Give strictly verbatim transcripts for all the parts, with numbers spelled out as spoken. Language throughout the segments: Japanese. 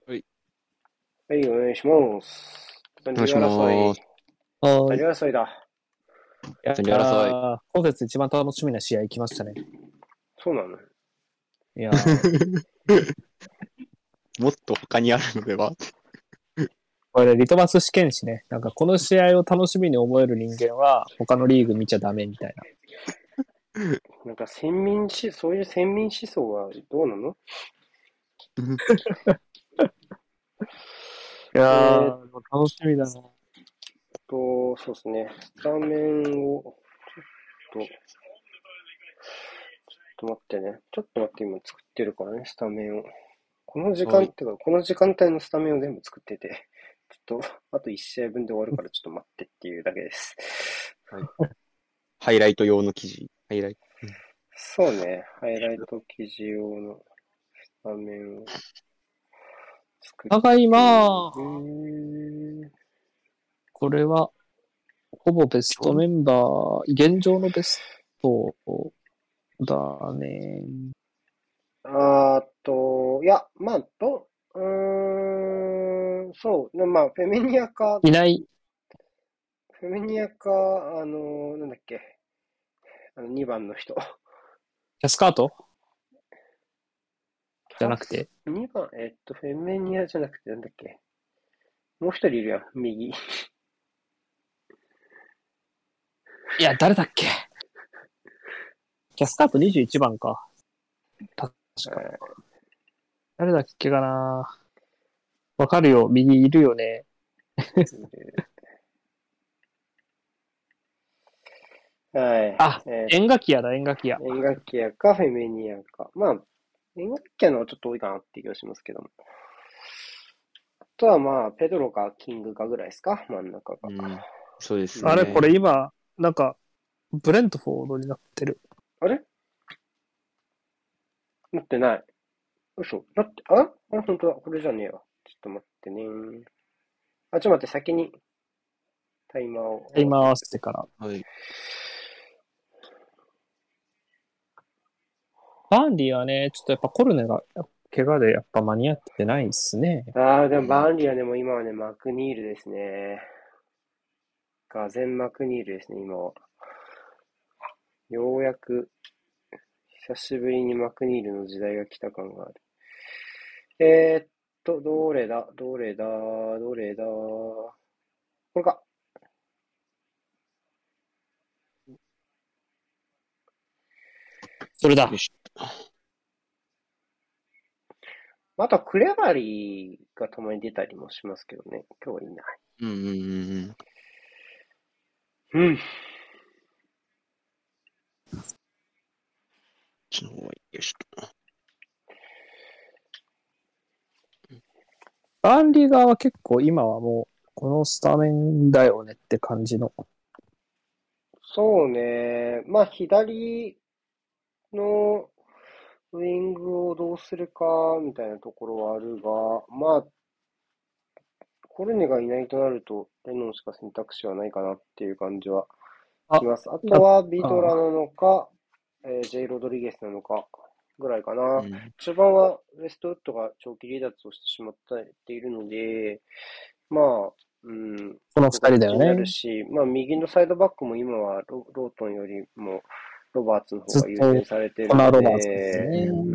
はい。 はい、お願いします。残留お願いし争い。 ます。 残はーい。い留争いだ。 や残留争い。 ー、今節一番楽しみな試合来ましたね。 そうなの。 いやー、 もっと他にあるのでは。 これリトマス試験紙ね。なんかこの試合を楽しみに思える人間は他のリーグ見ちゃダメみたいな。 なんか先民思、そういう先民思想はどうなの？ いやえーっー、でも楽しみだな。 と、そうですね。スタメンを、ちょっと、ちょっと待ってね。ちょっと待って、今作ってるからね、スタメンを。この時間、 はい。 てか、この時間帯のスタメンを全部作ってて、ちょっと、あといち試合分で終わるからちょっと待ってっていうだけです。 はい。ハイライト用の記事。ハイライト。 そうね。ハイライト記事用のスタメンを作ただいっていま、 る。 これはほぼベストメンバー、現状のベストだね。 あーっと、いや、まあ、ど、うーん、そう、まあ、フェメニアか、 いない、 フェメニアか、あの、なんだっけ、あの、にばんの人。 キャスカートキャス、 じゃなくて。 にばん、えっと、フェメニアじゃなくて、なんだっけ、もう一人いるやん、右。 いや、誰だっけキャスカートにじゅういちばんか。確か。誰だっけかな。わかるよ。右いるよね。 はい。 あ、 え円楽器屋だ、円楽器屋。 ー、エンガキアか、フェメニアか。まあ、エンガキアのはちょっと多いかなっていう気がしますけども。あとはまあ、ペドロかキングかぐらいですか、真ん中が。 うん。そうですあれ、こね。 れ今、なんか、ブレントフォードになってる。 あれなってない。嘘。なって、ああれ、本当だ。これじゃねえわ。ちょっと待ってね。あ、ちょっと待って、先にタイマーを合わせる。 今合わせてから。 はい。 バーンリーはね、ちょっとやっぱコルネが怪我でやっぱ間に合ってないっすね。 ああ、でもバうん。 ーンリーはね、もう今はね、マクニールですね。ガゼン・マクニールですね、今は。ようやく、久しぶりにマクニールの時代が来た感がある。えーっと、どれだ、どれだ、どれだ。これか。 それだ。 よし。 あとはクレバリーがたまに出たりもしますけどね。今日はいない。 うんうんうんうん。 こっちの方がいい。よし。 バーンリー側は結構今はもう、このスタメンだよねって感じの。 そうね。まあ、左のウイングをどうするか、みたいなところはあるが、まあ、コルネがいないとなると、レノンしか選択肢はないかなっていう感じはしあ、 ます。あやっとは、ビトラぱ、 なのか、えー、ジェイ・ロドリゲスなのか、ぐらいかな。 うん。 中盤は、ウェストウッドが長期離脱をしてしまっているので、まあ、うん、 この二どっちにな人だよね。 るし、まあ、右のサイドバックも今はロ、ロートンよりも、ロバーツの方ずっと、 が優先されているコナー・のロバーツですで、 ね。 うん。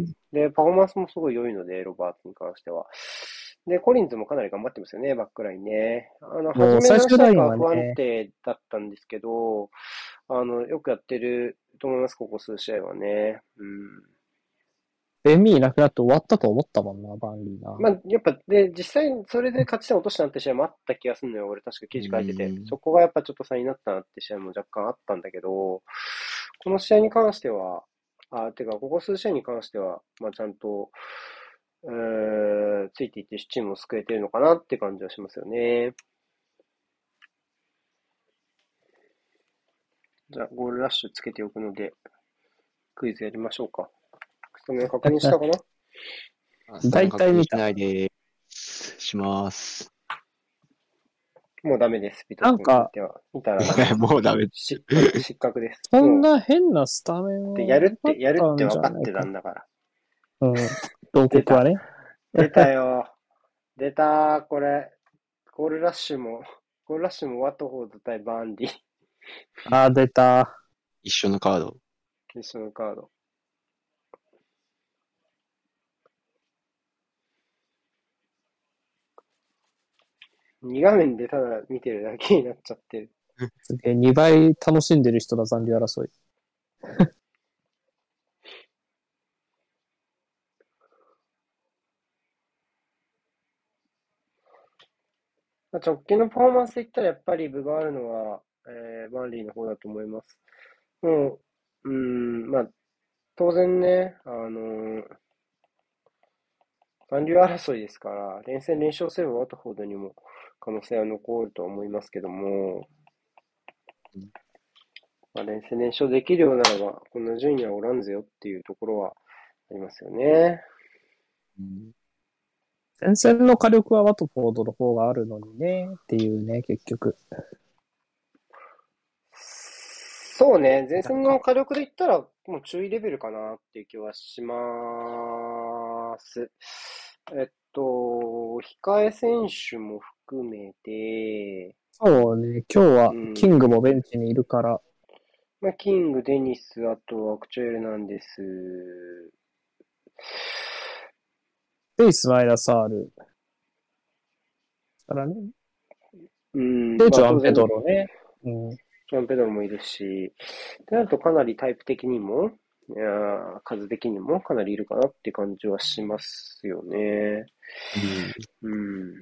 で、パフォーマンスもすごい良いので、ロバーツに関しては。で、コリンズもかなり頑張ってますよね、バックラインね。あの、初もう最め何試合終ラインはか不安ね、 定だったんですけど、あの、よくやってると思います、ここ数試合はね。うん。 ベンミーいなくなって終わったと思ったもんな、バーンリーな。 まあ、やっぱ、で、実際それで勝ち点落としたなって試合もあった気がするのよ。俺確か記う事書いてて。 ん。 そこがやっぱちょっと差になったなって試合も若干あったんだけど、この試合に関しては、あ、てか、ここ数試合に関しては、まあちゃんと、えー、ついていってチームを救えてるのかなって感じはしますよね。じゃあ、ゴールラッシュつけておくので、クイズやりましょうか。スタメン確認したかな？ あ、スタメン大確体見た。 認しないでします。 もうダメです、ビト君。見なんか、 ては。見たらダメです。 もうダメ。 失格、失格です。 そんもな変なスタメンう、で、やるはなかっって、やるってたんじ分かってたゃないか。 んだから。 うん。同出た。 国はね。 出たよ。出たー、これ。ゴールラッシュも、ゴールラッシュもワトフォード対バーンリー。 あー、出た。 一緒のカード。 一緒のカード。に画面でただ見てるだけになっちゃってる。 すげえ、にばい楽しんでる人だ、残留争い。 まあ、直近のパフォーマンスで言ったらやっぱり分があるのは、えー、バンリーの方だと思います。もう、うーん、まあ、当然ね、あのー残留争いですから、連戦連勝すればワトフォードにも可能性は残るとは思いますけども、 うんまあ、連戦連勝できるようならば、こんな順位はおらんぜよっていうところはありますよね。 うん前線の火力はワトフォードの方があるのにね、っていうね、結局。 そうね、前線の火力で言ったら、もう注意レベルかなっていう気はします。えっと、控え選手も含めて、 そうね、今日はうん、 キングもベンチにいるから、 まあ、キング、デニス、あとはクチョエルなんです。 で、イスマイラ・サール。からね。 うん、 で、 まあジョアン・ペ当然、 ドロね。うん。 ジャンペドロもいるし、ってなるとかなりタイプ的にも、いやー数的にもかなりいるかなって感じはしますよね。 うんうん。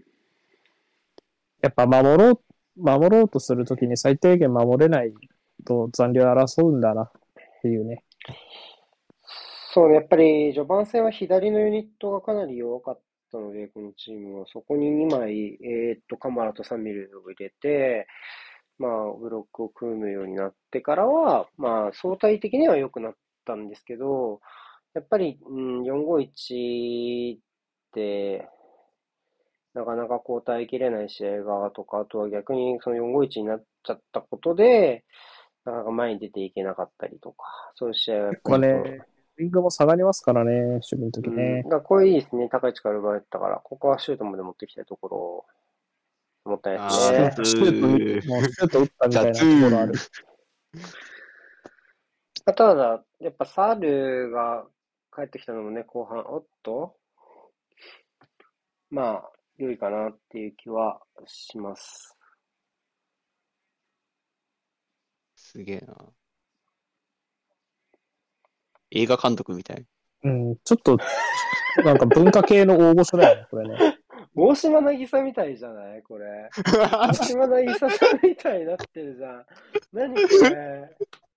やっぱ守ろう、守ろうとするときに最低限守れないと残留争うんだなっていうね。 そうね、やっぱり序盤戦は左のユニットがかなり弱かったので、このチームは。そこににまい、えーっと、カマラとサミルを入れて、まあ、ブロックを組むようになってからは、まあ、相対的には良くなったんですけど、やっぱり、うん、よんごいちって、なかなかこう耐えきれない試合がとか、あとは逆にそのよんごいちになっちゃったことで、なかなか前に出ていけなかったりとか、そういう試合はやっ結ぱりこ構ね、ウィングも下がりますからね、守備のう、うん、 時ね。 がこれいいですね。高い力奪われたから、ここはシュートまで持ってきたいところ、もったいないですあー、 シューね。 ト、シュート、 雑。 もうシュート打ったみたいなところある。 雑。 あただ、やっぱサールが帰ってきたのもね、後半、おっと、まあ、良いかなっていう気はします。 すげえな。映画監督みたい。 うん、ちょっと、なんか文化系の大御所だよね、これね。 大島渚みたいじゃないこれ。大島渚さんみたいになってるじゃん。何これ。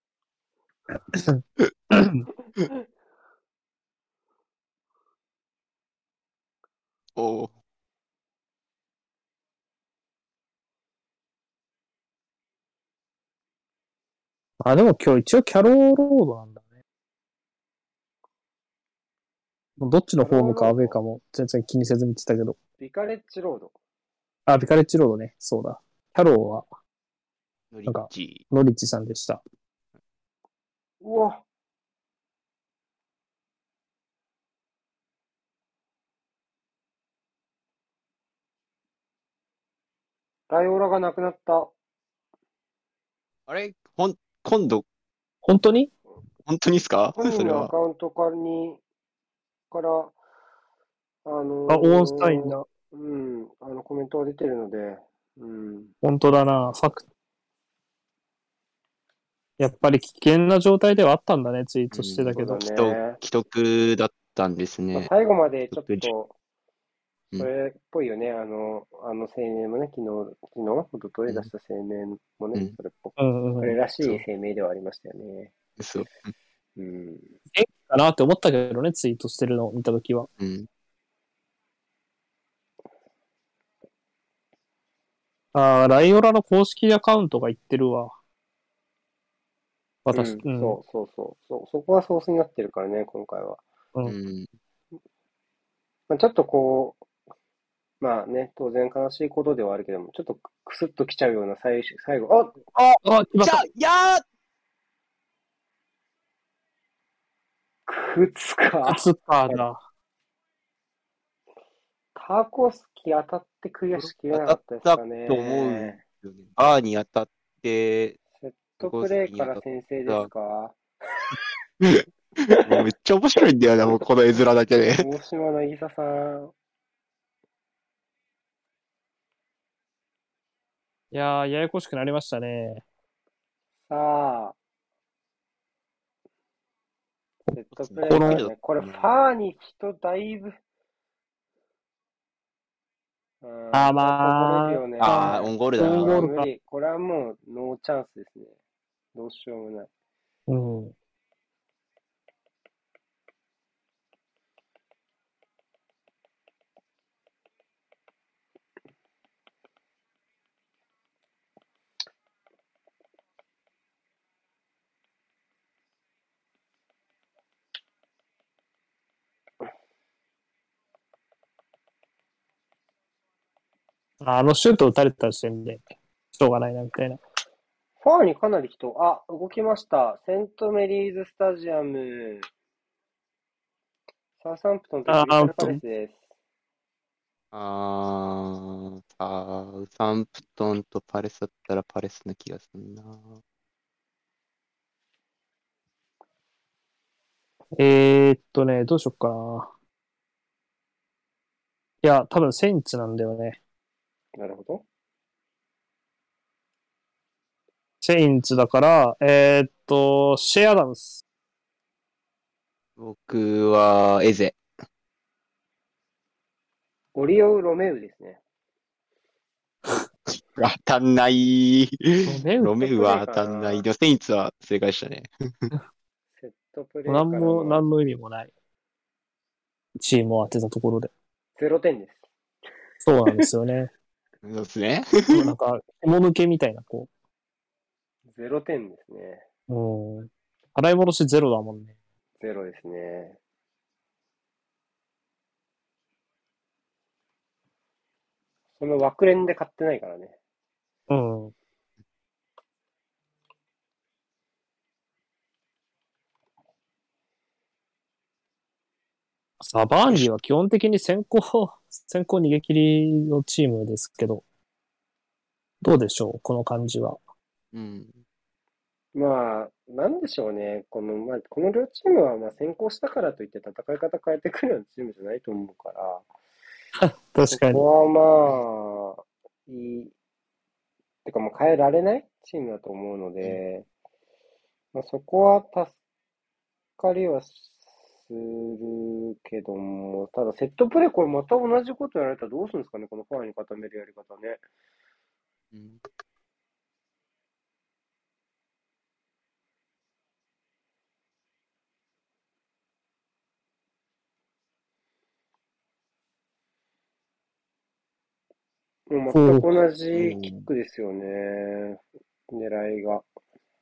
おーあ、でも今日一応キャローロードなんだね。どっちのホームかアウェイかも全然気にせず見てたけど。 ビカレッジロード。 あ、ビカレッジロードね。そうだ。キャローは、 ノリッなんか、 チ。 ノリッチさんでした。 うわ。ライオラがなくなった。 あれほん、今度、 本当に本当にっすか本人それは。 のアカウントからに、から、あのあ、オンスタインーだ。 うん、あのコメントが出てるので、うん。 本当だな。ファクやっぱり危険な状態ではあったんだね、ツイートしてうん。 たけど。 そうだ既得、 ね。 既得だったんですまあ、 ね。 最後までちょっ既得と、 うん。 それっぽいよね。あの、あの声明もね、昨日、昨日、一昨日うん。 出した声明もね、 うん。 それっぽく、 うんうん。 彼らしいそう。 声明ではありましたよね。 そう。 うん。 えかなって思ったけどね、ツイートしてるのを見たときは。 うん。 あー、ライオラの公式アカウントが言ってるわ。私、 うん、 うん。 そうそうそう。そう、そこはソースになってるからね、今回は。 うん。 うん。 まあ、ちょっとこう、まあね、当然悲しいことではあるけども、ちょっとクスッときちゃうような最終、最後、ああ、あ、来まじゃあ、 した。 いやー靴か。 靴かだ。 ターコースキ当たってクリアしきれなかったですか当たったと思うんでね。 すよね。バーに当たって、 セッターコートプレースキに当たっから先制ですた。 か？ もうめっちゃ面白いんだよな、もうこの絵面だけで。 大島渚さん。 いやー、ややこしくなりましたね。 さあ、セットプレこのーからね。これ、ファーに人だいぶ、うん、 あー、 これこぼれるまあ、 よね。 ああ、オンゴールだオンこれゴールか。 は無理。これはもうノーチャンスですね。どうしようもない。 うん。あのシュート打たれた時点で、しょうがないな、みたいな。 ファーにかなり人、あ、動きました。セントメリーズスタジアム。サウサンプトンとクリスタルパレアウト。 スです。 あー、サウサンプトンとパレスだったらパレスな気がするな。 えーっとね、どうしよっかな。いや、多分セインツなんだよね。 なるほど。 セインツだから、えーっと、シェアダムス。 僕はエゼ。 オリオ・ロメウですね。 当たんない。 ロメウ、 ロメウは当セットプレーかたんない。 な。 でもセインツは正解でしたね。 セットプレーなんも、 からのなんの意味もない。チームを当てたところで。 ゼロてんです。 そうなんですよね。 そうですね。 なんか、紐抜けみたいな、こゼロてんですね。 う。うん。払い戻しゼロだもんね。 ゼロですね。その枠連で買ってないからね。 うん。さあ、バーンリーは基本的に先行、先行逃げ切りのチームですけど、どうでしょうこの感じは。 うん。 まあ、なんでしょうね。この、まあ、この両チームは、まあ、先行したからといって戦い方変えてくるようなチームじゃないと思うから、そ確かに。 こはまあ、いい、てかもう変えられないチームだと思うのうん。 で、まあ、そこは助かりはするけども、ただセットプレーこれまた同じことやられたらどうするんですかね、このファーに固めるやり方ね。 うん。 もう全くほう。 同じキッうん。 クですよね。狙いが。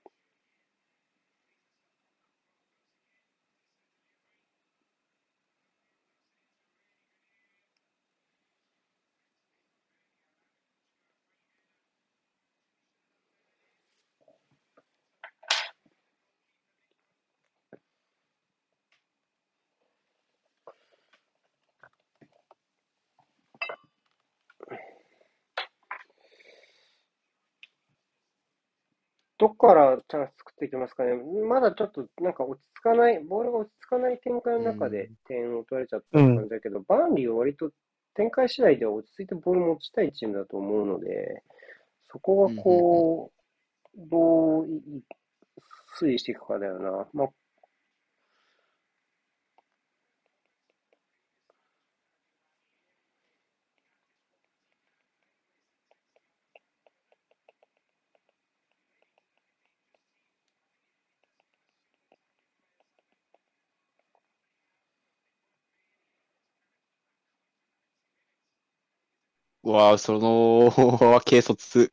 どっからチャンス作っていきますかね。まだちょっとなんか落ち着かない、ボールが落ち着かない展開の中で点を取られちゃったって感うん。 じだけど、バーンリーは割と展開次第では落ち着いてボール持ちたいチームだと思うので、そこがうん。うん。うん。 こう、どう推移していくかだよな。まあ、 うわあ、その、軽率。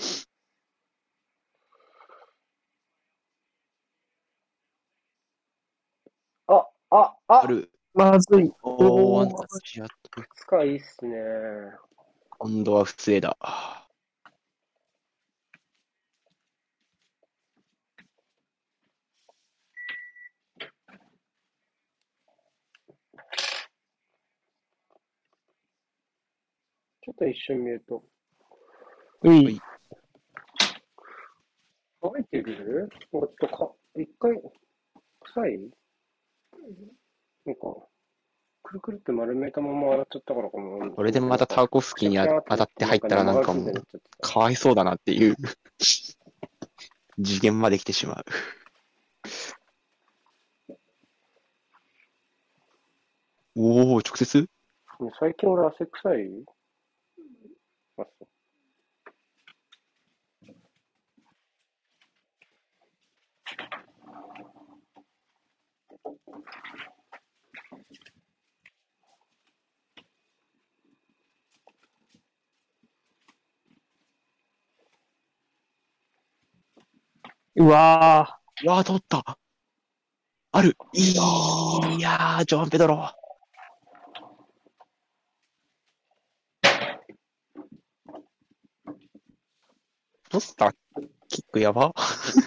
あ、あ、あ、 ある。 まずい。 おー、ワンおー、 タッチやって。 使いいっすね。 今度は不正だ。 ちょっと一瞬見ると。 うい。 乾いてる？なんかちょっとか、一回、臭い？なんか、くるくるって丸めたまま洗っちゃったからかも。 これでまたターコフスキーにあ当たって入ったらなんかもう、かわいそうだなっていう次元まで来てしまう。おお、直接最近俺汗臭い？あ、そう。 うわうわー、通った。ある。いやー、ジョアン・ペドロ。ポスター、キックやば。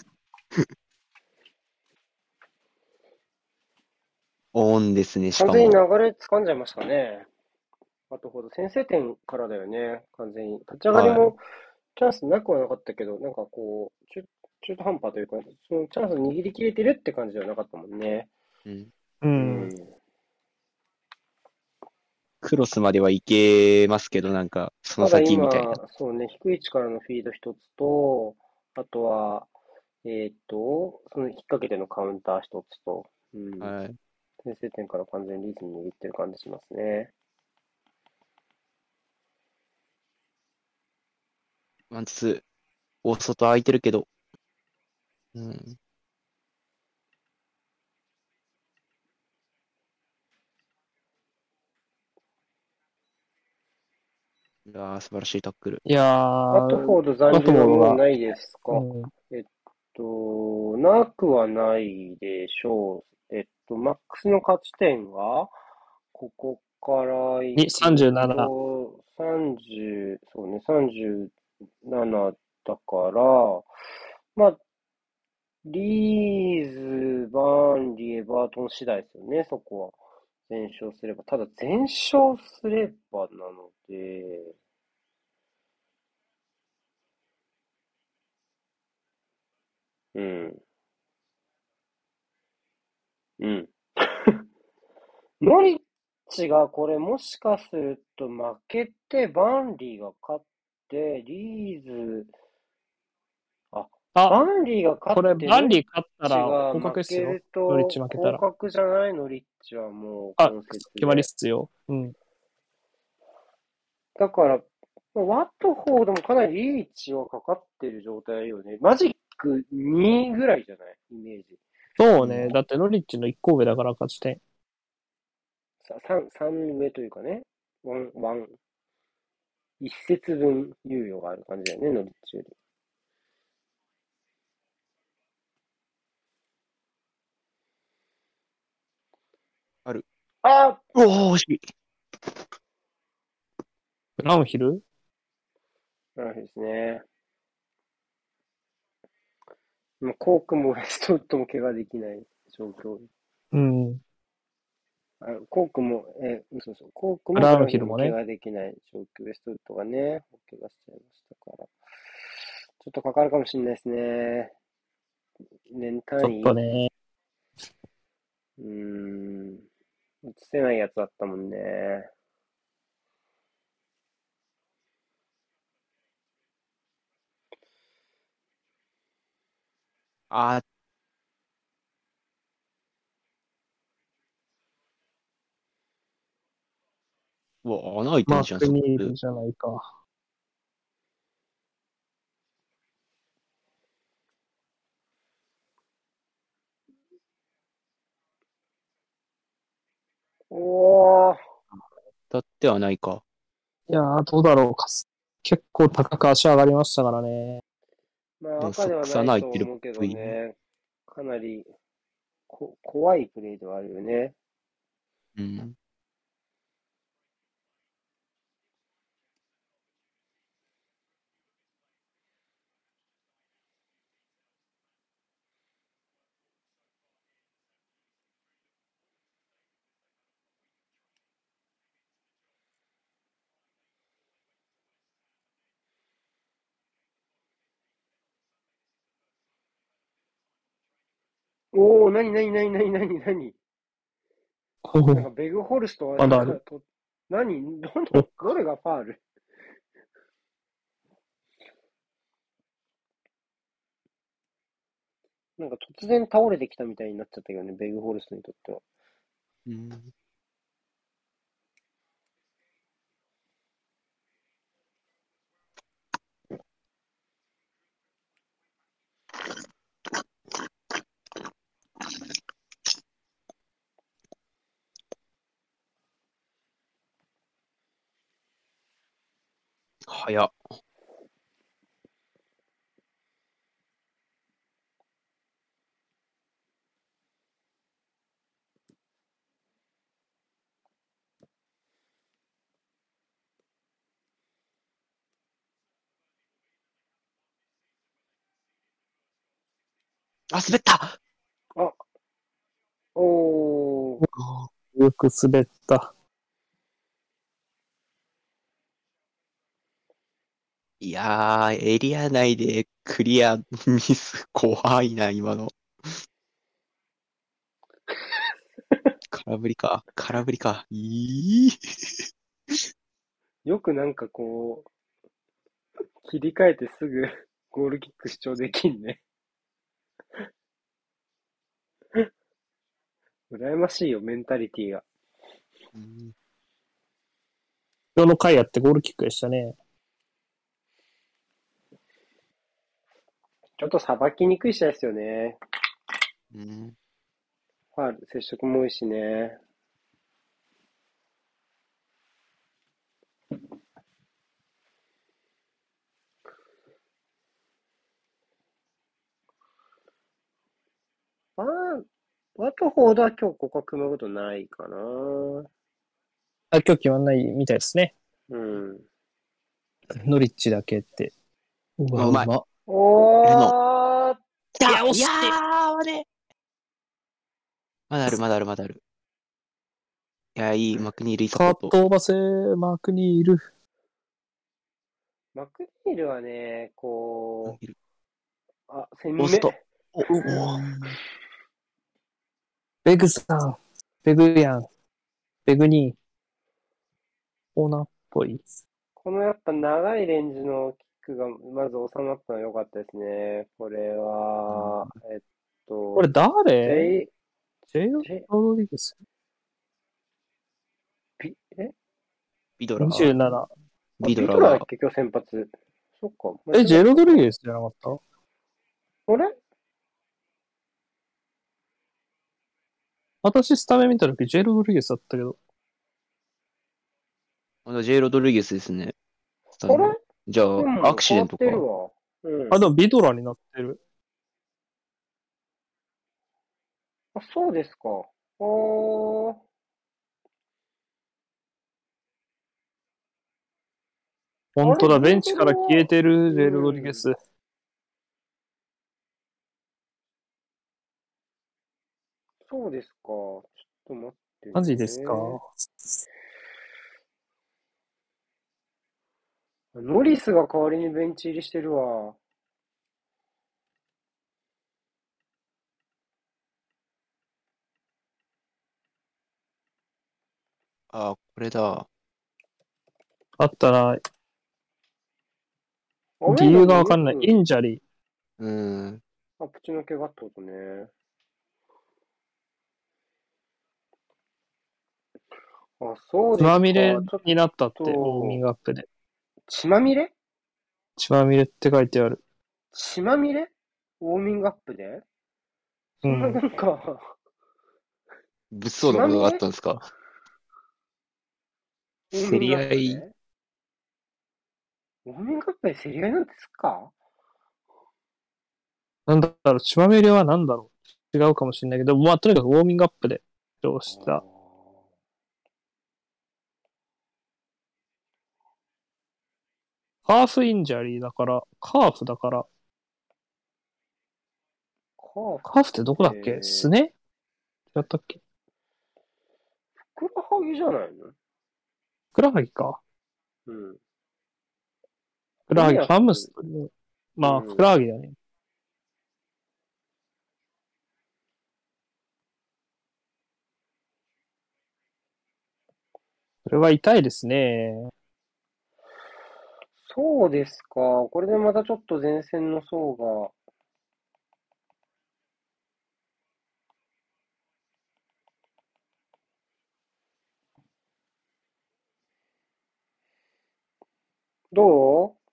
オンですね、し完全にかも。 流れ掴んじゃいましたね。あとほど、先制点からだよね、完全に。立ち上がりはもチャンスなくはなかったけど、なんかこう、中中途半端というか、そのチャンス握りきれてるって感じではなかったもんね。 い。うん。 ー。ううん。 ん。 クロスまではいけますけど、なんか、そのただ先みたい今、そうね、低い位置からのフィード一つと、あとは、えーっと、その引っ掛けてのカウンター一つと、うな。 ん。 はい。 先制点から完全にリズム握ってる感じしますね。 ワンツー、大外空いてるけど。うん。いやー、素晴らしいタックル。 いやー、 ワトフォード残ワト留はモードが、 もうないですか？ うん。 えっと、なくはないでしょう。えっと、マックスの勝ち点が、ここから行に、 くさんじゅうなな。 と、さんじゅう、そうね、さんじゅうななだから、まあ、リーズ、バーンリー、エバートン次第ですよね、そこは。全勝すれば。ただ、全勝すればなので、うん、うん。ノリッチがこれもしかすると負けて、バンリーが勝って、リーズ、あ、 あ、 バンリーが勝これ、 って、ノリッバンリー勝ったらチが降格負けるっすよ。ノリッチと、降負けたら。 格じゃない？ノリッチはもうあ、 今節決まりっで。 すよ。うん。 だから、まあワットフォードもかなりリーチはかかってる状態よね。マジックにぐらいじゃないイメージ。 そうね。 うん。 だってノリッチのいっこ上だから勝ち点。 さ三三上というかね。ワン、ワン、一節分猶予がある感じだよね、ノリッチより。 ある。 あうおー、惜しい。 ブラウンヒルー、なるほどですね。もうコークもウェストウッドも怪我できない状況。 うん。 あコークも、えー、そうそう、コークブラウもブラウンヒルンヒルもね。 も怪我できない状況。ウェストウッドがね、怪我しちゃいましたから。ちょっとかかるかもしれないですね。年ちょっ単位。 とね。 うーん。映せないやつだったもんね。 あー、うわ、穴開いてんじゃん、 マークそこ。 ニールじゃないか。 おー。 だってはないか。 いやー、どうだろうか。結構高く足上がりましたからね。 まあでもソックス赤ではない穴開いてるっと思うけぽい。 どね。かなりこ怖いプレーではあるよね。 うん。 おお、なになになになになになにほなんかう。 ベグホルストはまだある。 なんかと、何どの、どれがファール？なんか突然倒れてきたみたいになっちゃったけどね、ベグホルストにとっては。 うん。早っ。あ、滑った。 あ、おー、 よく滑った。 いやー、エリア内でクリアミス、怖いな、今の。空振りか。空振りか。いい。 よくなんかこう、切り替えてすぐゴールキック主張できんね。羨ましいよ、メンタリティが。 うん、 今日の回やってゴールキックでしたね。 ちょっとさばきにくい試合ですよね。 うん、 ファール、接触も多いしね。まあ、ワトフォードは今日ここは組むことないかな。 あ、今日決まんないみたいですね。 うん。 ノリッチだけって。うわ、 まあ、うまい。 うま。 ルノ。 おー、 いや、 来た。いや惜しい。 ー、まで。まだある、まだある、まだある。いや、いい。マクニールいいサポカッート。 トバセ、マークニール。 マクニールはね、こう、あ、攻め。 ポスト。お、 うわ。 うん。 ベグさん。ベグやん。ベグに、オーナーっぽい。 このやっぱ長いレンジのキックがまず収まったのは良かったですね。これは、えっこれと、 誰？ J、 ジェイ ロ J、 ドリゲスビ、えビドラー。 にじゅうなな。 あ、 ビドビラーが。 トラーだっけ今日先発。そっか、間違え、ジェイロえたか。 ドリゲスじゃなかった？ あれ私スタメン見たときジェイロドリゲスだったけど。 あの、ジェイ・ロドリゲスですね。スタあれメン。じゃあ、 でもアクシ変わっデントか。 てるわ。うあ、 ん。 でもビドラになってる。 あ、そうですか。あー、あれ、 本当だ、ベンチルーブルから消えは、 てるジェイロドリうん。 ゲス。 そうですか。ちょっと待ってマジですか？ ね。ノリスが代わりにベンチ入りしてるわ。 あ、これだ。 あったら、 アウェ理由ーなのにがわかんない。イよく、 ンジャリー。 うん。 あ、プチの怪我ってことね。あ、そう血ですか。 まみれちょっになったって、ウォーミンと、 グアップで。 血まみれ血まみれって書いてある。 血まみれウォーミングアップでそんななうん。 んか、 物騒なことがあっ血まみれたんですか？競ウォーミングアッり合い。 プでウォーミングアップで競り合いなんですか？ なんだろう、血まみれはなんだろう。違うかもしれないけど、まあ、とにかくウォーミングアップで、どうした。ハーフインジャリーだから、カーフだから、 カーフっカーフってどこだっけ？すて、 ねやったっけ？ ふくらはぎじゃないの？ ふくらはぎか。 うん。 ふくらはぎ、 テニアス、 ハムストリング。まあ、ふくうん。 らはぎだね。 それは痛いですね。 そうですか。これでまたちょっと前線の層が、どう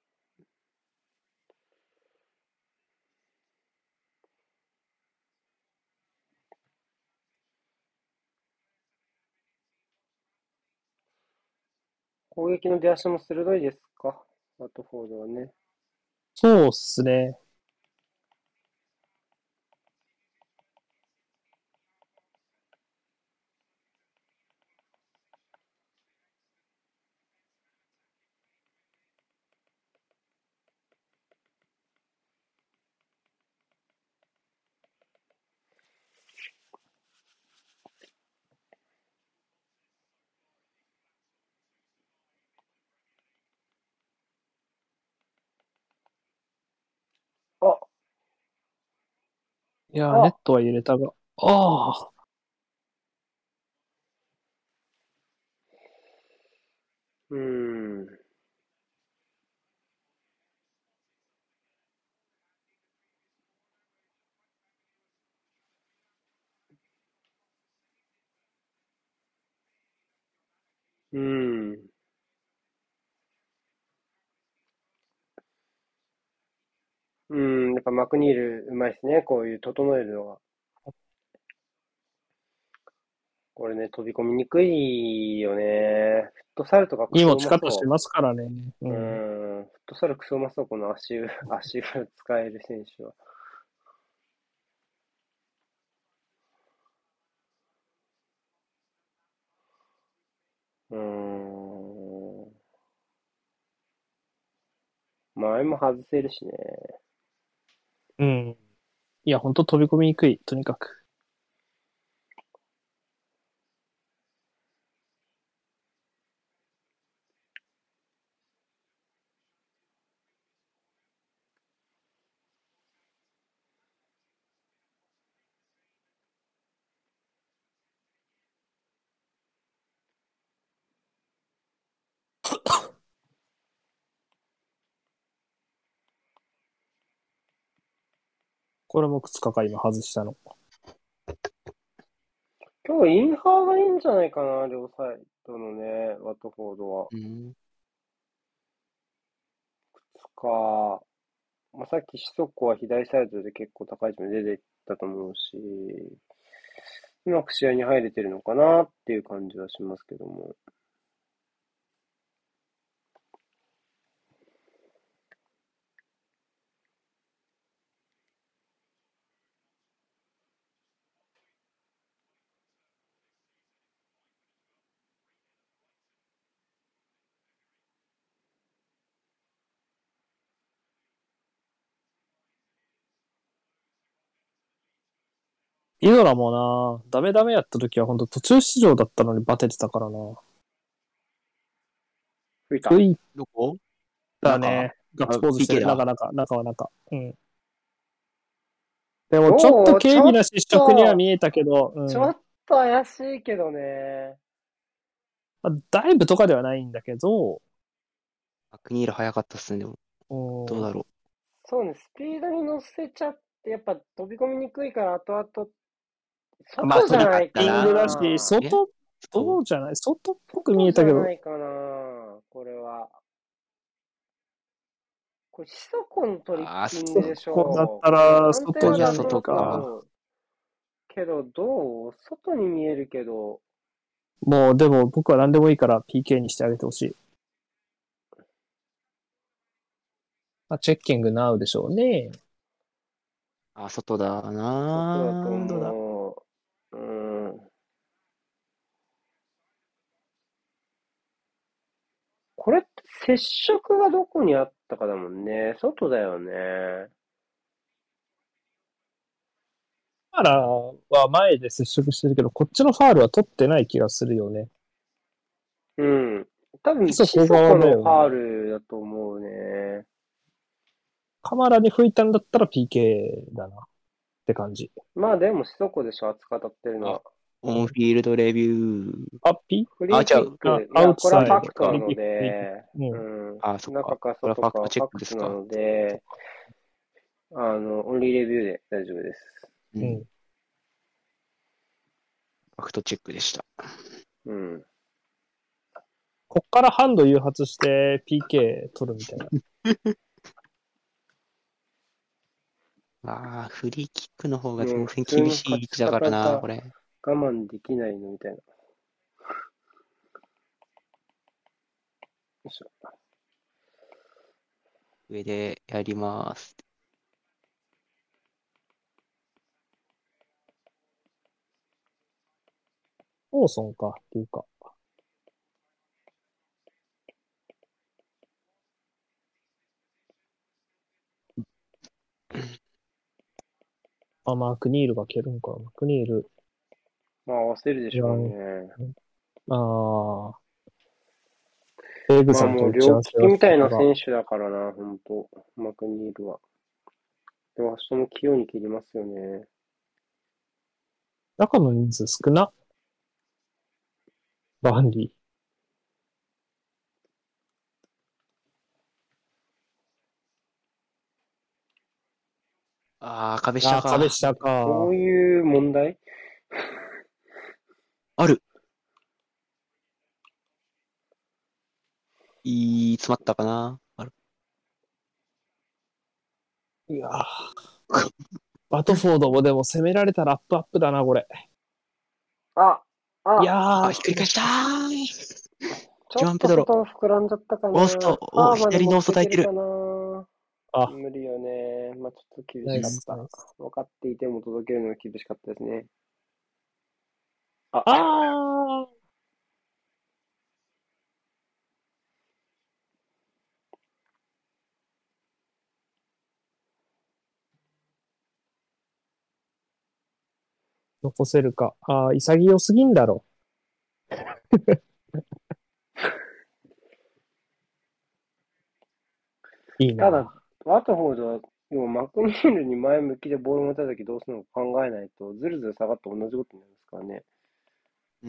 攻撃の出足も鋭いですかワトフォードはね。 そうっすね。 あ、 いやー、ネッあ、 トは入れたが。ああ。 うーん。うーん。うーん。やっぱマクニールうまいですね。こういう整えるのが。これね、飛び込みにくいよね。フットサルとかクいい持ソうち方してまそますからね。うう。うん。 ーん。フットサルクソうまそう。この足裏、足裏使える選手は。うーん。前も外せるしね。 うん。いや、ほんと飛び込みにくい。とにかく。これも靴かか今外したの。 今日インハーがいいんじゃないかな、両サイドのね、ワトフォードは。 うん。 か、まあ、さっきシソコは左サイドで結構高い位置まで出てったと思うし、うまく試合に入れてるのかなっていう感じはしますけども。 イドラもな、ダメダメやった時はほんと途中出場だったのにバテてたからな。 吹いた。 吹いどこ中たね。ガッツポーズしてる。 あ ピーケー だ。 中中、中は中。うん。でもちょっとどうちょっ軽微な失職にはと、 見えたけど、うん。 ちょっと怪しいけどね。 まあ、ダイブとかではないんだけど、 マクニール早かったっすね、でも。どううん。 だろそうね、スピードに乗せちゃって、やっぱ飛び込みにくいから後々、 まあ、 外じフリッゃないかピングだし、 な。 う。え外、 そうどうじゃない外っぽく見外じえたけど、 ゃないかな、これは。これ、シソコのトリッああ、 ピングでしこうだっょう。これ、 たら、 判定は外じゃねえ出しますけか。 ど、けど、どう外に見えるけど、 もう、でも僕は何でもいいから ピーケー にしてあげてほしい。まあ、チェッキングナウでしょうね。 あ、外だ外だとな。どうだ。 思う。うん。これって接触がどこにあったかだもんね。外だよね。 カラーは前で接触してるけど、こっちのファールは取ってない気がするよね。 うん。多分、 そこシソコ側だよね。 のファールだと思うね。 カマラで吹いたんだったら ピーケー だなって感じ。 まあでも、シソコでしょ、熱く当たってるのあ、 は。 オンフィールドレビュー。 あ、ピフリーキック、 あいや、 アウトサイドこれはファクトなのフリーで、 キックうん、 あ、そっか。 中かこれは外かはファクトチェッファクトなクですか。 ので、あの、オンリーレビューで大丈夫です。 うん。 うん。 ファクトチェックでした。 うん。 こっからハンド誘発して ピーケー 取るみたいな。 ああ、フリーキックの方が全もう普然通の勝ち厳しい位置だからな、 方がこれ。 我慢できないのみたいな。よいしょ。 上でやります。 オーソンかっていうか。あ、マークニールが蹴るんか。マークニール。 まあ合わせるでしょうね。 ああ。フェーグまあソンともう両利打ち合わせきみたいなが選手だからな、ほんと。マクニールは。でも、人も器用に切りますよね。 中の人数少な。バンリー。 ああ、壁ああ、 下か。 壁下そか。 ういう問題ある。いい、詰まったかな。ある。 いやーバトフォードもでも攻められたらアップアップだな、これ。 あ、 いあ、 あ、 やー、 ひっくり返したー。 ちょっとジョアンペドロ。 外膨らんじゃったかオースト、 な。フお、 ァーまで左のオースト持ってい抱いてる。 けるかな。 あ、 無理よね。まあちょっと厳ナイしかっスナイス。 た。分かっていても届けるのが厳しかったですね。あ、 あー、残せるか。あー、潔すぎんだろ。いいただ、 な。 ワトフォードは、でもマクニールに前向きでボール持ったときどうするのか考えないと、ずるずる下がって同じことになりますからね。 うん。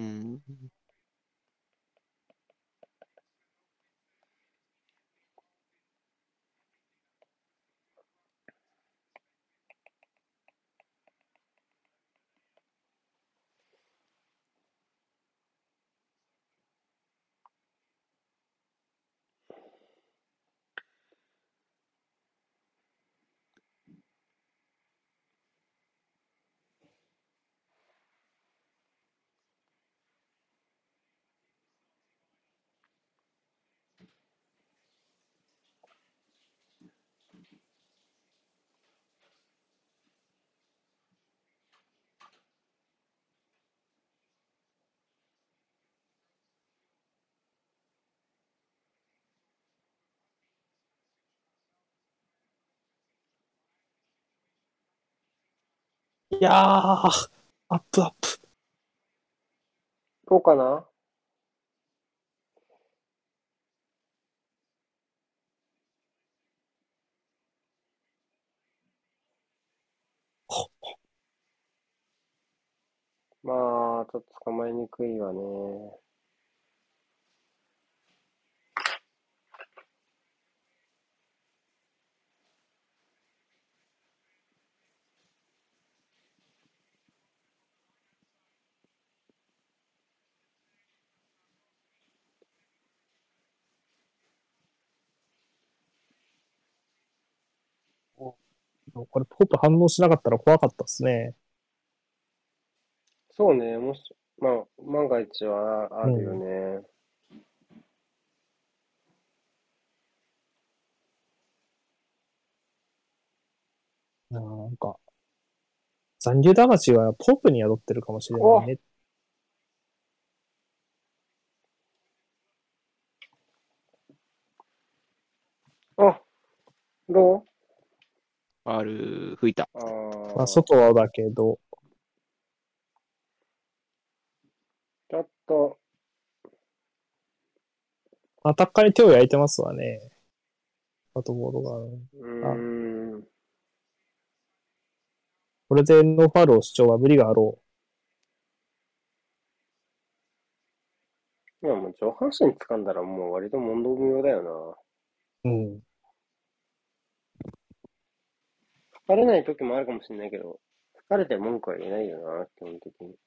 いやー、アップアップ。 どうかな。まあ、ちょっと捕まえにくいわね。 これ、ポープ反応しなかったら怖かったですね。 そうね、もし、まあ、万が一はあるようん。 ね。 なんか、残留魂はポープに宿ってるかもしれないお、 ね。 あ、どうある、吹いた。 あまあ、 ー、 外はだけど、 ちょっと、 アタッカーに手を焼いてますわね。あとボードうが。あ、 ーん、 これでノーファウルを主張は無理があろまあもう上半身掴んだらもう割と問答無用だようん。 な。吹かれない時もあるかもしれないけど、吹かれて文句は言えないよな、基本的に。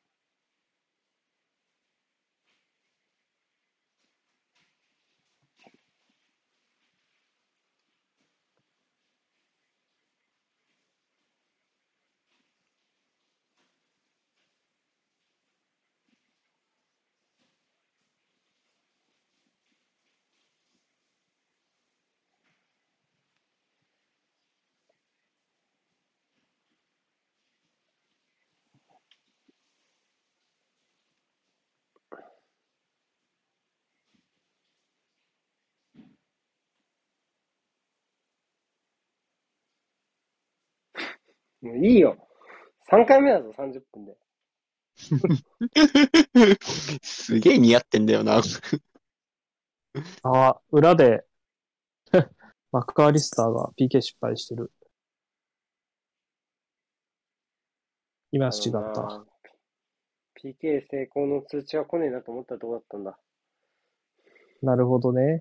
もういいよ。さんかいめだぞ、さんじゅっぷんで。 すげえ似合ってんだよな。 あ、裏でマクアリスターが ピーケー 失敗してる。今あの違った。 な、ピーケー 成功の通知が来ねえなと思ったらどうだったんだ。 なるほどね。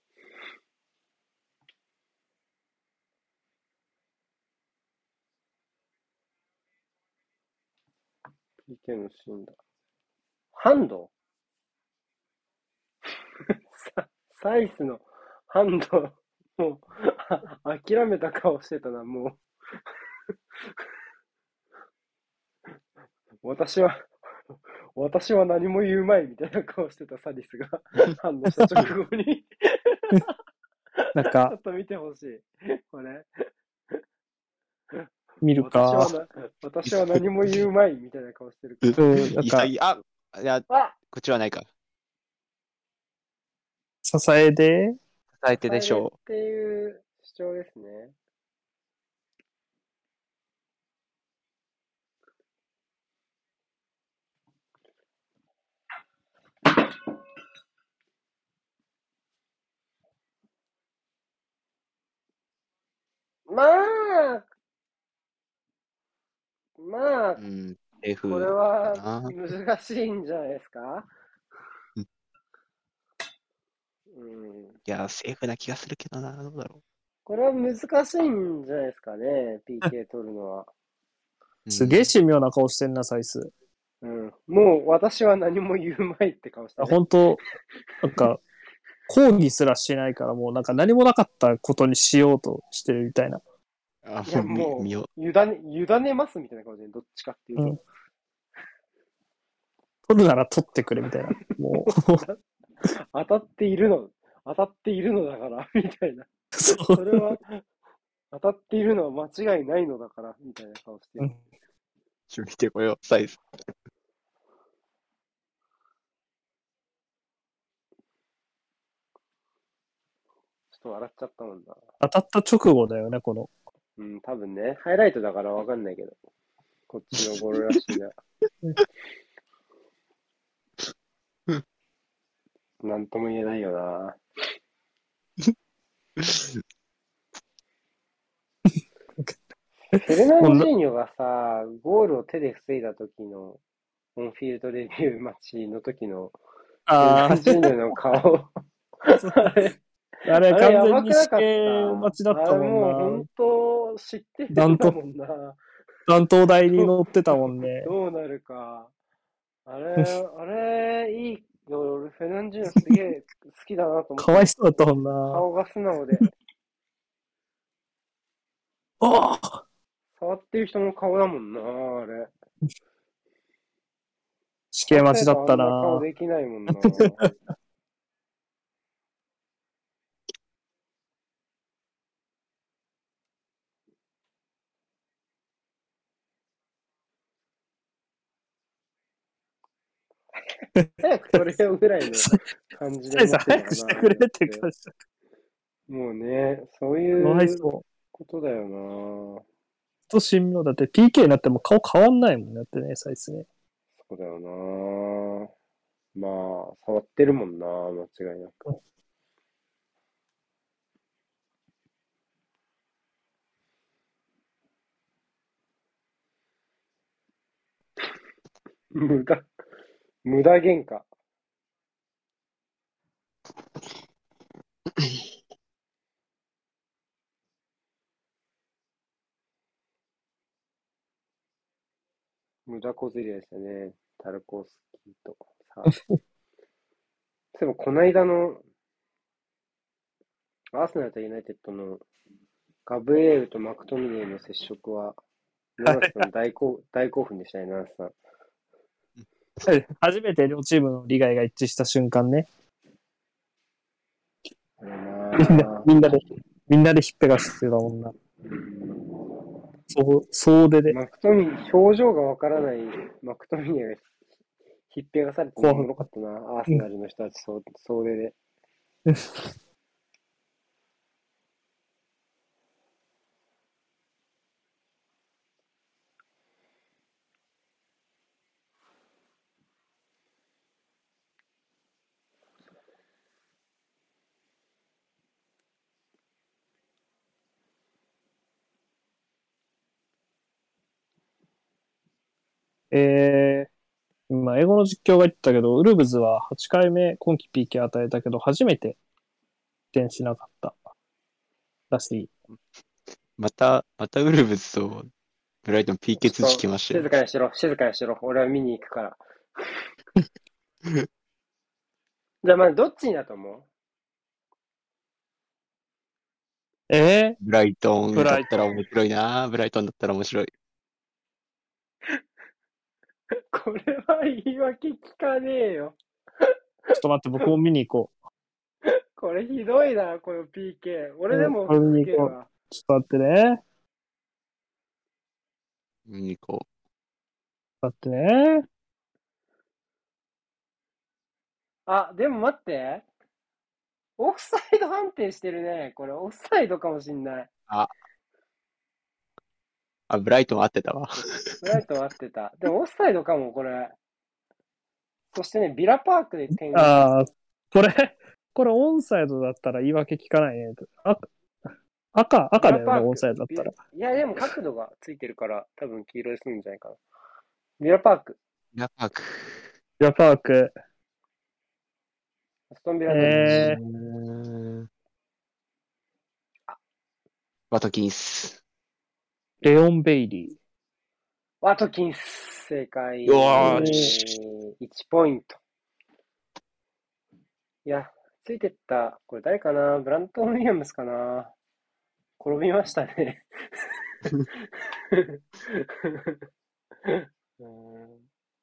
ピーケー のシーンだ。ハンドササイスのハンド、もう、あ諦めた顔してたな、もう。私は、私は何も言うまいみたいな顔してたサリスが反応した直後になんちょかっ、と見てほしい。これ。 見るか。 私はな、私は何も言うまいみたいな顔してるかうん、なんか、 潔い。あ、いや、 ら。あこっちはないか。 支えで、 伝えて支えでっでしょていう主張ですね。まあ、まあ、 う。うん、 これ F かはな。 難しいんじゃないですか。 うん、いうん。 や、セーフな気がするけどな。どうだろこれは難しいんじゃないですかね、ピーケー 取るのは。 う。うすげえん。 神妙な顔してんな、サイス。 うん。もう私は何も言うまいって顔してあ、 ね。 本当なんか、抗議すらしないから、もうなんか何もなかったことにしようとしてるみたいな。 あ、 いや、 もう見、見もよう、委ね、委ねますみたいな顔で、どっちかっていうと。 うん。取るなら取ってくれみたいな。もだ当たっているの、当たっているのだから、みたいな。 う、そそれは、当たっているのは間違いないのだから、みたいな顔してう。うる。 ん、 う。見てこよう、サイズ。 ちょっと笑っちゃったもんな。 当たった直後だよね、この。 うん、多分ね、ハイライトだからわかんないけど、こっちのゴールらしいな。なんとも言えないよな。フェルナもうな、 ンジーニョがさ、ゴールを手で防いだ時の、オンフィールドレビューマッチの時の、フェルあナンジーニョの顔。あれ、 あ、あれあれや完全ばくなかっに死刑待ちだった。あれたもんもう本な。 当知ってるん断頭、 だもんな。 断頭台にどう、 乗ってたもんね。 どうなるか。あれ、あれ、いいよ。俺、フェルナンジーニョすげえ好きだなと思っかわいたもん。 そうだったもんな。 顔が素直で。 ああ、 触ってる人の顔だもんな、あれ。 死刑男待ちだった性とあんな顔な。 できないもんな。早く取れよぐらいのサ感じでイさん思ってんのか早くしてくれな、あれっってて。 感じだ。 もうね、そうかわいいうそう。 ことだよな。 と神妙だって ピーケー になっても顔変わんないもんね。だってね、サイスね。 そうだよな。まあ、触ってるもんな、間違いなく。無駄、無駄喧嘩。 無駄小競り合いでしたね。タルコフスキーと。さあ。でも、この間のアーセナルとユナイテッドのガブリエルとマクトミネーの接触は、ナナスさん大興大興奮でしたね、ナナスさん。 初めて両チームの利害が一致した瞬間ね。 あれみんな、 なみんなで、みんなでひっぺがしてたもんな。そう、総出で。 マクトミ、表情がわからないマクトミネがひっぺがされてお怖かっもろかったな、アーた。うんセナルの人たち総総出で。 えー、今、英語の実況が言ってたけど、ウルブズははちかいめ今季 ピーケー 与えたけど、初めて点しなかったらしい。 また、またウルブズとブライトン ピーケー 通知ちょっと来ましたよ。 静かにしろ、静かにしろ。俺は見に行くから。じゃあ、まあ、どっちにだと思う？ えブライトンだブライトンったら面白いな。ブライトンだったら面白い。 これは言い訳聞かねえよ。 ちょっと待って、僕も見に行ここれひどいな、この ピーケー。 う。うん、 俺でもこれ見に行こう。 つけるわ。 ちょっと待ってね。 見に行こ待ってね。 あ、でも待って。オフサイド判定してるね。これオフサイドかもしんない。 う。あ、あ、ブライトン合ってたわ。 ブライトン合ってた。でもオフサイドかも、これ。そしてね、ビラパークで点。 ああ、これ、これオンサイドだったら言い訳聞かないね。赤、赤、 ビ赤だよね、 ラパーク。 オンサイドだっビラたら。 いや、でも角度がついてるから、多分黄色いするんじゃないかな。ビラパーク。 ラパーク。 ビラパーク。 アストンビラドリッチ。 えー、 うーん。ワトキンス。 レオン・ベイリワトキンス。正解。 よーー。 し。 いちポイント。いや、ついてった。これ誰かな？ブラントン・ウィリアムスかな？転びましたね。うーん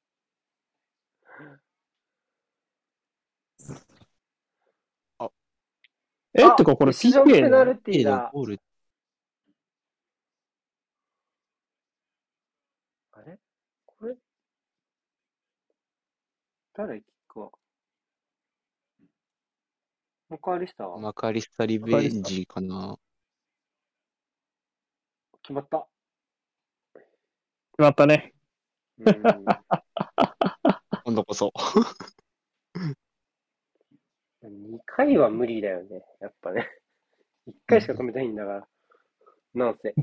あ、 え、 あ、 ってかこれディシジョン ペピーケー で、 ナルティ A ーだ。 のゴール。 あれこれ、誰キックは？マカーリスターマカリスタリわかりました。 ベンジかな。 決まった。 決まったね。 うーん。 今度こそ。 にかいは無理だよね。やっぱね。いっかいしか止めたいんだから。なんせ。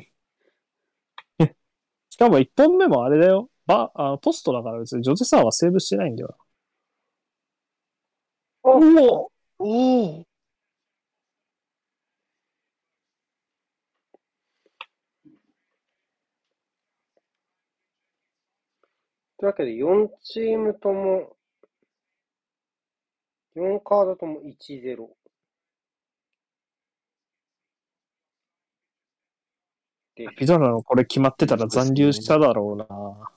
しかもいっぽんめもあれだよ。ば、あの、ポストだから別にジョゼサーはセーブしてないんだよ。 おうおおお。 というわけで、よんチームとも、よんカードともいちゼロ。です。 ピザラのこれ決まってたら残留しただろうな。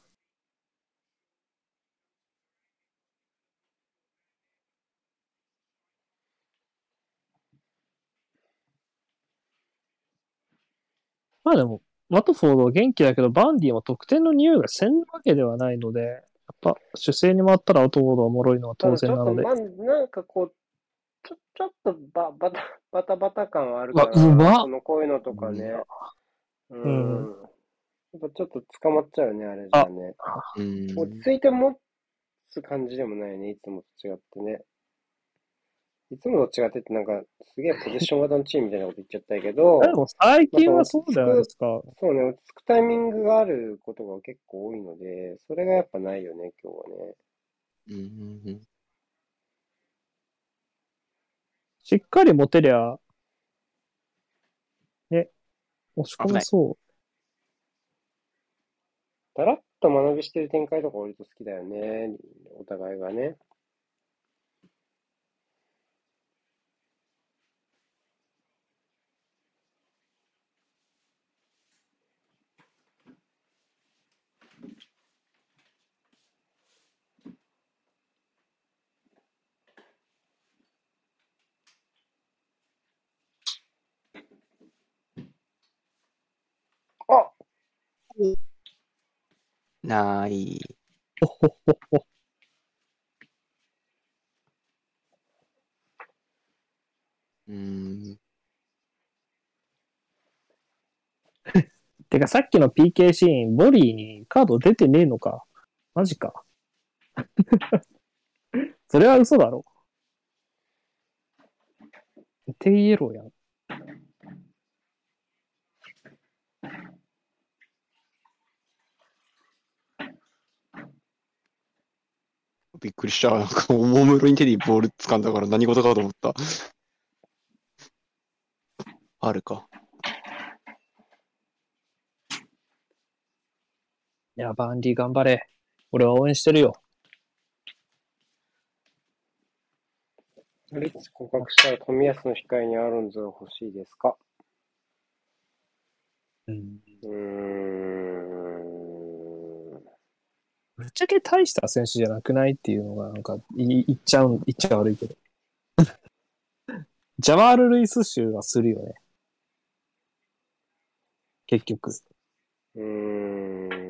まあでも、ワトフォードは元気だけど、バンディも得点の匂いがせんわけではないので、やっぱ主勢に回ったらワトフォードは脆いのは当ただちょっと、 然なので。 ま、なんかこう、ちょ、ちょっとバ、バタ、バタバタ感はあるうわ、 かな。 うまっこの、こういうのとかいや、 ね。ううん。 ん。やっぱちょっと捕まっちゃうよね、あれじゃあ、 あね。 う落ちん。 着いて持つ感じでもないよね、いつもと違ってね。いつもと違ってってなんか、すげえポゼッション型のチームみたいなこと言っちゃったけど、 でも最まあ、そ近はの落そうじゃないでち着く、 すか。 そうね、落ち着くタイミングがあることが結構多いので、それがやっぱないよね、今日はね。 うん。 しっかり持てりゃ、ね、押し込めそだらっと間延びしてる展開とか割と好きだよね。お互いがね。あない。 う。ほほほほ。 うーん。 てかさっきの ピーケー シーン、ボリーにカード出てねえのか。マジか。それは嘘だろ。絶対イエローやん。 びっくりした。なんか、おもむろに手でボール掴んだから何事かと思った。あるか。 いや、バンディ頑張れ。俺は応援してるよ。 リッツ告白したら冨安の控えにアーロンズは欲しいですか？ うん。 うーん。 ぶっちゃけ大した選手じゃなくないっていうのが、なんか、い言っちゃう、言っちゃ悪いけど。ジャマール・ルイス州はするよね。結局。 うーん。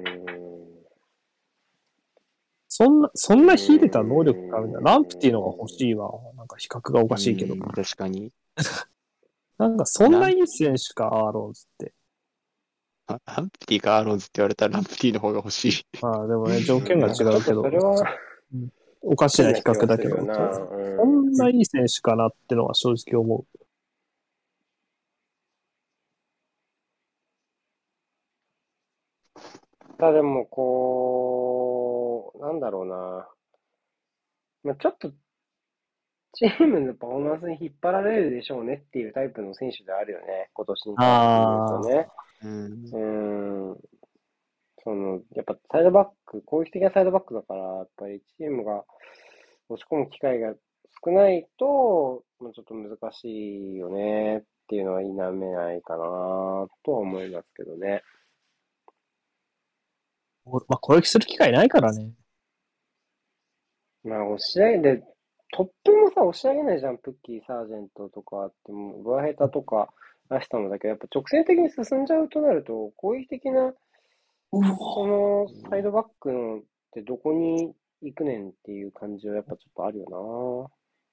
そんな、そんな秀でた能力があるんだ。 うーんランプティのが欲しいわ。なんか比較がおうかしいけど。 ーん、確かに。 なんかそんないい選手か、アーロンズって。 あランプティかアーロンズって言われたらランプティの方が欲しい。 まあでもね、条件が違なんかちょっうけど、 とそれはおかしな比変な気が較だけど、 するよな。 そうん。 んないい選手かなってのは正直思う。 ただでも、こう、なんだろうな。まあ、ちょっとチームのパフォーマンスに引っ張られるでしょうねっていうタイプの選手であるよね。今年に関して言うとあね。 うん。 うーん。その、やっぱサイドバック、攻撃的なサイドバックだから、やっぱりチームが押し込む機会が少ないと、まあ、ちょっと難しいよねっていうのは否めないかなとは思いますけどね。 まあ攻撃する機会ないからね。 まあ、押し上げで、トップもさ、押し上げないじゃん。プッキー、サージェントとかあっても、ブアヘタとか、ラシタもだけど、やっぱ直線的に進んじゃうとなると、攻撃的な、その、サイドバックのってどこに行くねんっていう感じはやっぱちょっとあるよ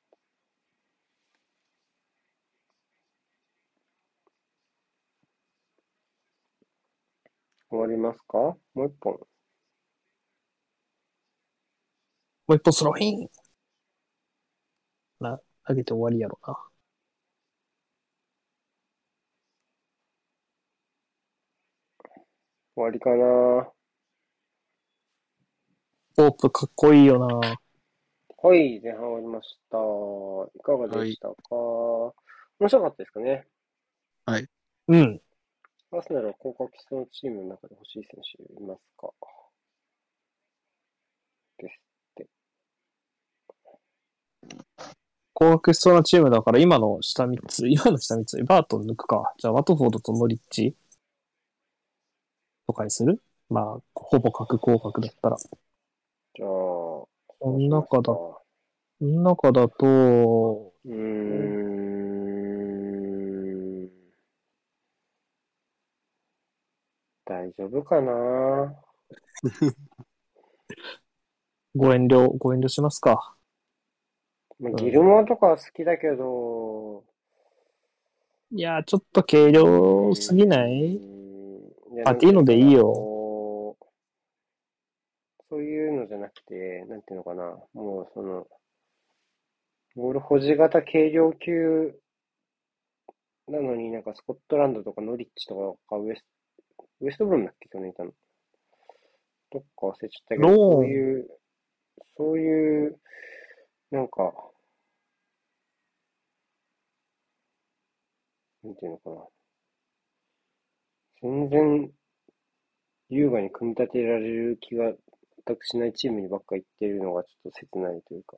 な。終わりますか？もう一本。 もう一歩スローイン。な、投げて終わりやろな。 終わりかな。 オープかっこいいよな。 はい、前半終わりました。いかがではい。 したか？面白かったですかね。 はい。 うん。 アーセナルは高確率のチームの中で欲しい選手いますか？ですって。 高額しそうなチームだから今の下みっつ、今の下みっつ、バートン抜くか。じゃあワトフォードとノリッチとかにする？まあ、ほぼ角高額だったら。 じゃあ、そこうしますの中だ、 か。 この中だと、 うーん。大丈夫かな。 ご遠慮、ご遠慮しますか。 まあ、 うん、 ギルモアとかは好きだけど、 いやー、ちょっと軽うー量すぎない？ ん。いや、 パなんていうのかな、 ティーノでいいよ。 こう、そういうのじゃなくて、なんていうのかな、もうその、ボール保持型軽量級なのになんかスコットランドとかノリッチとかウエスウエストブロムだっけ去年いたの。どっか忘れちゃったけど、そうローン、 いう、そういう、なんか、 なんていうのかな。全然、優雅に組み立てられる気が全くしないチームにばっか行ってるのがちょっと切ないというか。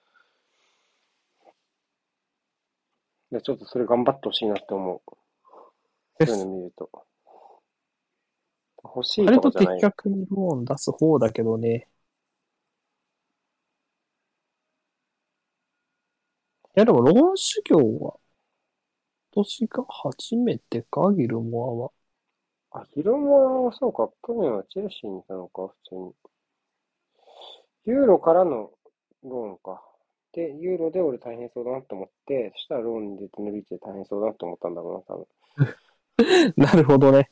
でちょっとそれ頑張ってほしいなって思う。そういうの見ると。欲しい割ととかじゃない。 的確にローン出す方だけどね。いやでもローン修行は、今年が初めてか、ギルモあ、ヒロモはそうか。去年はチェルシーにいたのか、普通に。ユーロからのローンか。で、ユーロで俺大変そうだなと思って、そしたらローンに出て伸びて大変そうだなと思ったんだろうな、多分。 アは。なるほどね。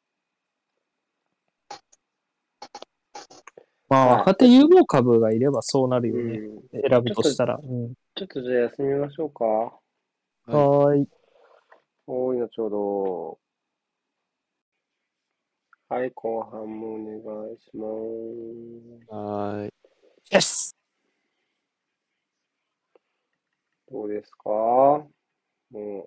まあ、 はい若手有望株がいればそうなるよね。 うん。 選ぶとしたら。うん。 ちょっとじゃあ休みましょうか。 はい。 はーい。 多いのちょうど。はい、後半もお願いします。 はーい。 よし。 どうですか？もう、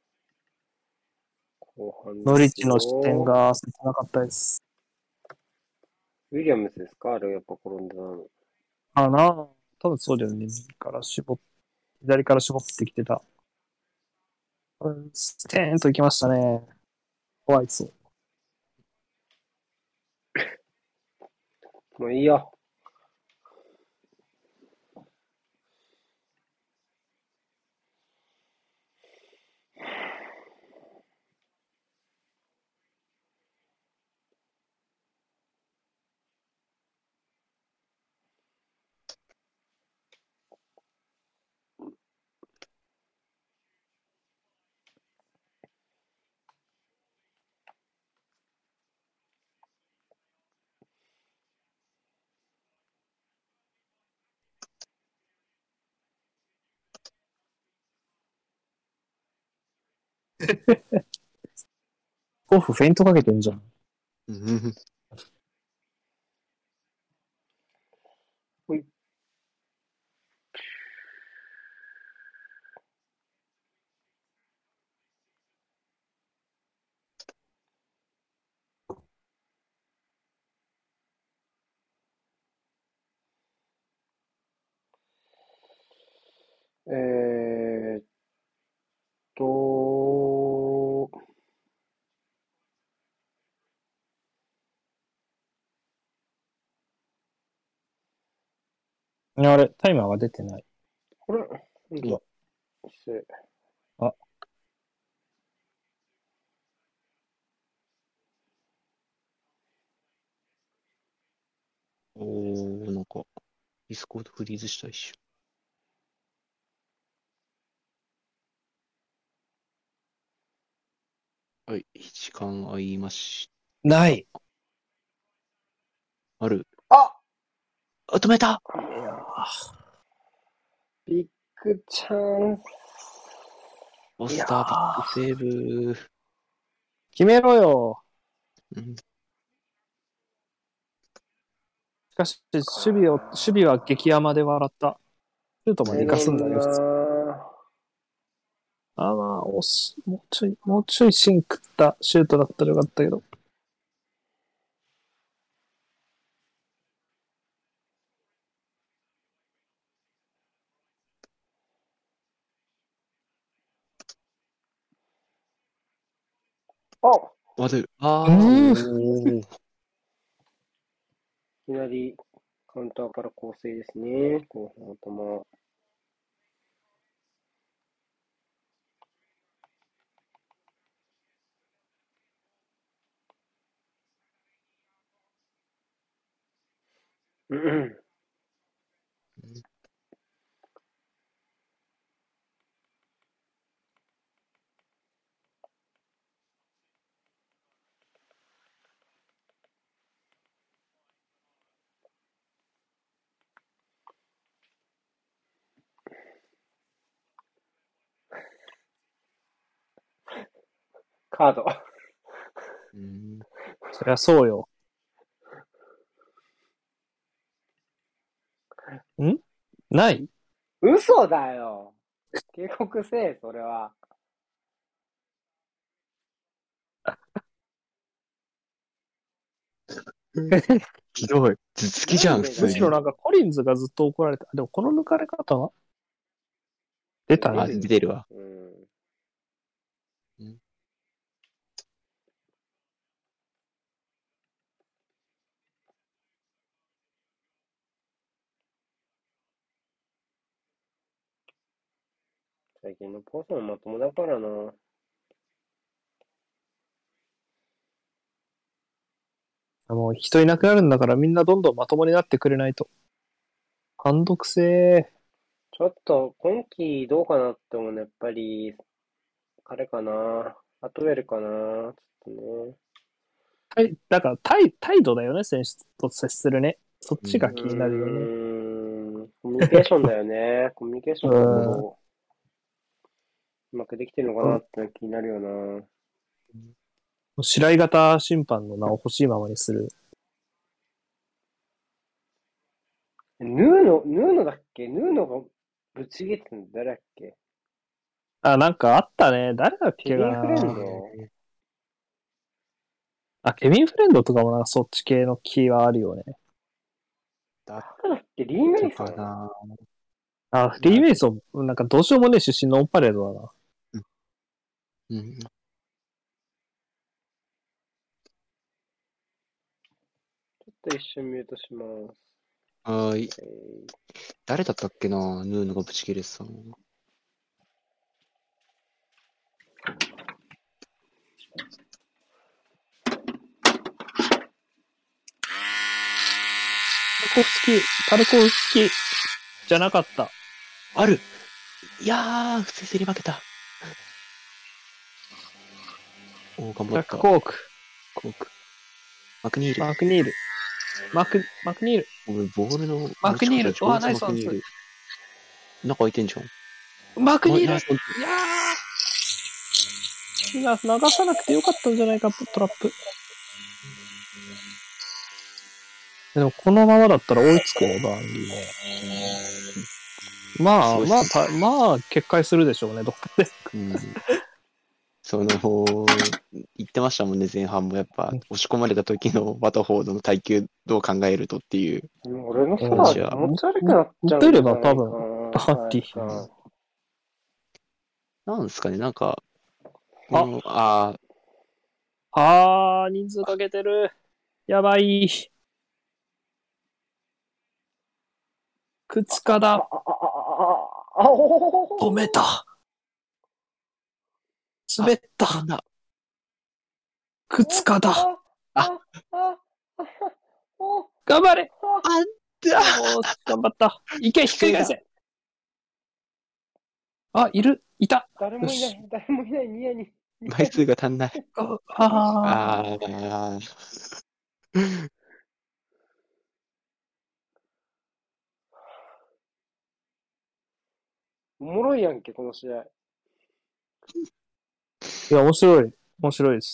後半ノリッですチの失点よ。 が切なかったです。 ウィリアムズですか？あれやっぱ転んでたの。 あなあ、多分そうだよね。右から絞っ、左から絞ってきてた。うん、ステーンと行きましたね。怖いそう。 もういいよ。 コフフェイントかけてんじゃん。 うんほい。えーっと、 あれ、タイマーが出てない。 これ、本当だ。失礼。 あ、 おー、なんか、ディスコードフリーズした一瞬。はい、時間空いましない。 ある。 ああ、止めたいやビッグチャンス。 オスタービッグセーブ。 決めろよ。 うん、 しかし、守備を、守備は激甘で笑った。シュートまでメロ行かすんだね。 ンなあまあ、惜しい。もうちょい、もうちょい芯食ったシュートだったらよかったけど。 あワドゥ。あー、 うーおー。 いきなりカウンターから構成ですね。後半頭。うんカード。 うん、 そりゃそうよ。んない嘘だよ。警告せえ、それは。 ひどい。頭突きじゃん、 なんでだよ普通に。 むしろなんかコリンズがずっと怒られた。でもこの抜かれ方は出たあ、 ね。 出てるわ。 うん。 うん最近のポーソンまともだからな。 もう人いなくなるんだからみんなどんどんまともになってくれないと。単独性。 ちょっと今季どうかなって思うの、やっぱり、彼かな。アトウェルかな。ちょっとね。 はいだから態態度だよね、選手と接するね。そっちがう気になるよね。 ーん。コミュニケーションだよね。コミュニケーションがうん。 こう、うまくできてるのかなってのが気になるよな。 白井型審判の名を欲しいままにする。 ヌーノ、ヌーノだっけヌーノがぶち切れてたの誰だっけ？ あ、なんかあったね。誰だっけケビン・フレンな。 ドあ、ケビン・フレンドとかもなんかそっち系の気はあるよね。 だっ誰だっけリー・メたイソンかな。 あ、リー・メイソン、なんかどうしようもねえ出身のオンパレードだな。 うん。うんちょっと一瞬ミュートします。 はーい。 えー誰だったっけな、ヌーノがブチ切れてたの。 タルコフスキー、タルコフスキーじゃなかった。 あるいやー、普通競り負けた。おー、頑ジャック・張った。 コーク、 コーク。マクニール。 マクニール、マク、マクニール、 おいボールのマクニール持ち方上手うわナイスマクニール。中開いてんじゃん。 マクニールいやナイスオンー今流さなくてよかったんじゃないか、トラップ。でもこのままだったら追いつくね、バーンリーね。まあ、 すごいっすまあ、たまあ、決壊するでしょうね、どっかで。 うん。その、言ってましたもんね、前半もやっぱ、押し込まれた時のワトフォードの耐久度を考えるとっていう。 でも俺の空話は気持ち悪くなっちゃうん打てれじゃないかば多分、バーな。 ティ早くさなんですかね、なんか、 あこの、ああー、人数かけてる。やばい。靴かだ。 あ、あ、あ、あ、あ、あ、お止めた。滑っー、なた。 んだ。 靴かだ。 あ、あ、あ、お、 頑張れ。 あんおー頑張った。いけ、ひっくり返せ。あ、いる。いた。 誰もいなよし。 い、誰もいない、ニヤニ。 枚数が足んない。 あああー、 おもろいやんけ、この試合。 いや、面白い。面白いです。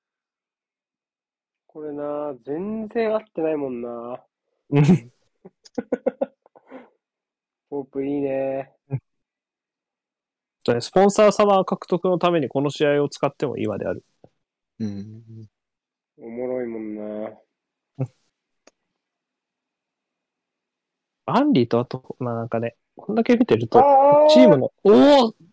これな、全然合ってないもんな。 うんポープいいね。 スポンサー様獲得のためにこの試合を使っても今である。 うん。 おもろいもんな。 アンリーとあと、まあなんかね、こんだけ見てるあと、チームの、おお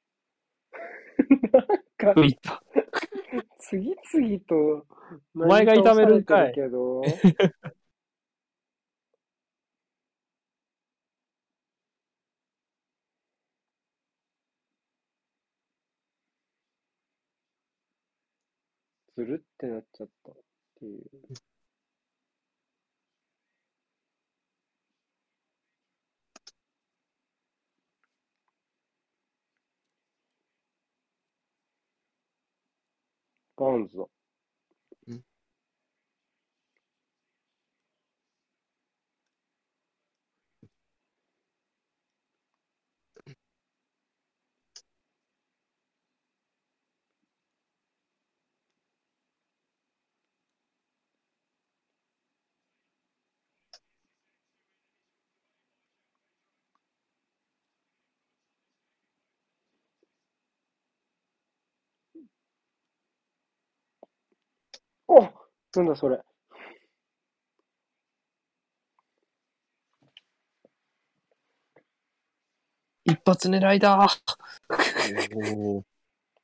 ーか、 いった。 次々とお前が痛めるんかい何倒されてるけど、ずるってなっちゃったっていう。バーンズだ。 うんおなんだそれ。 一発狙いだ。 おー。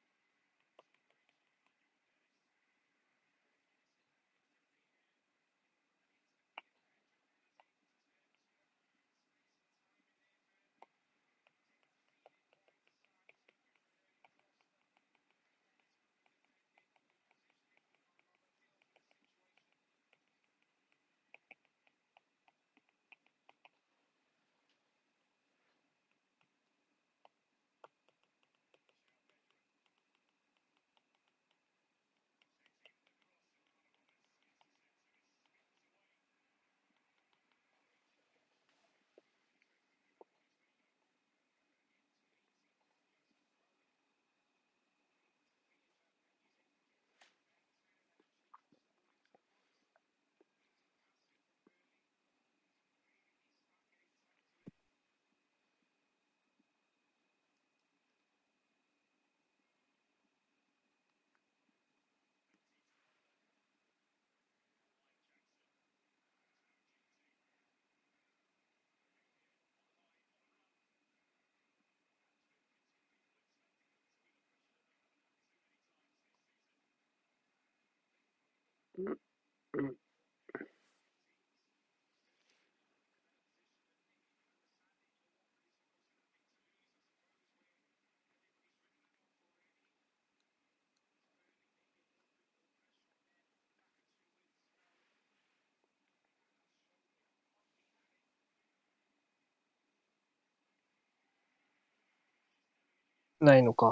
ないのか。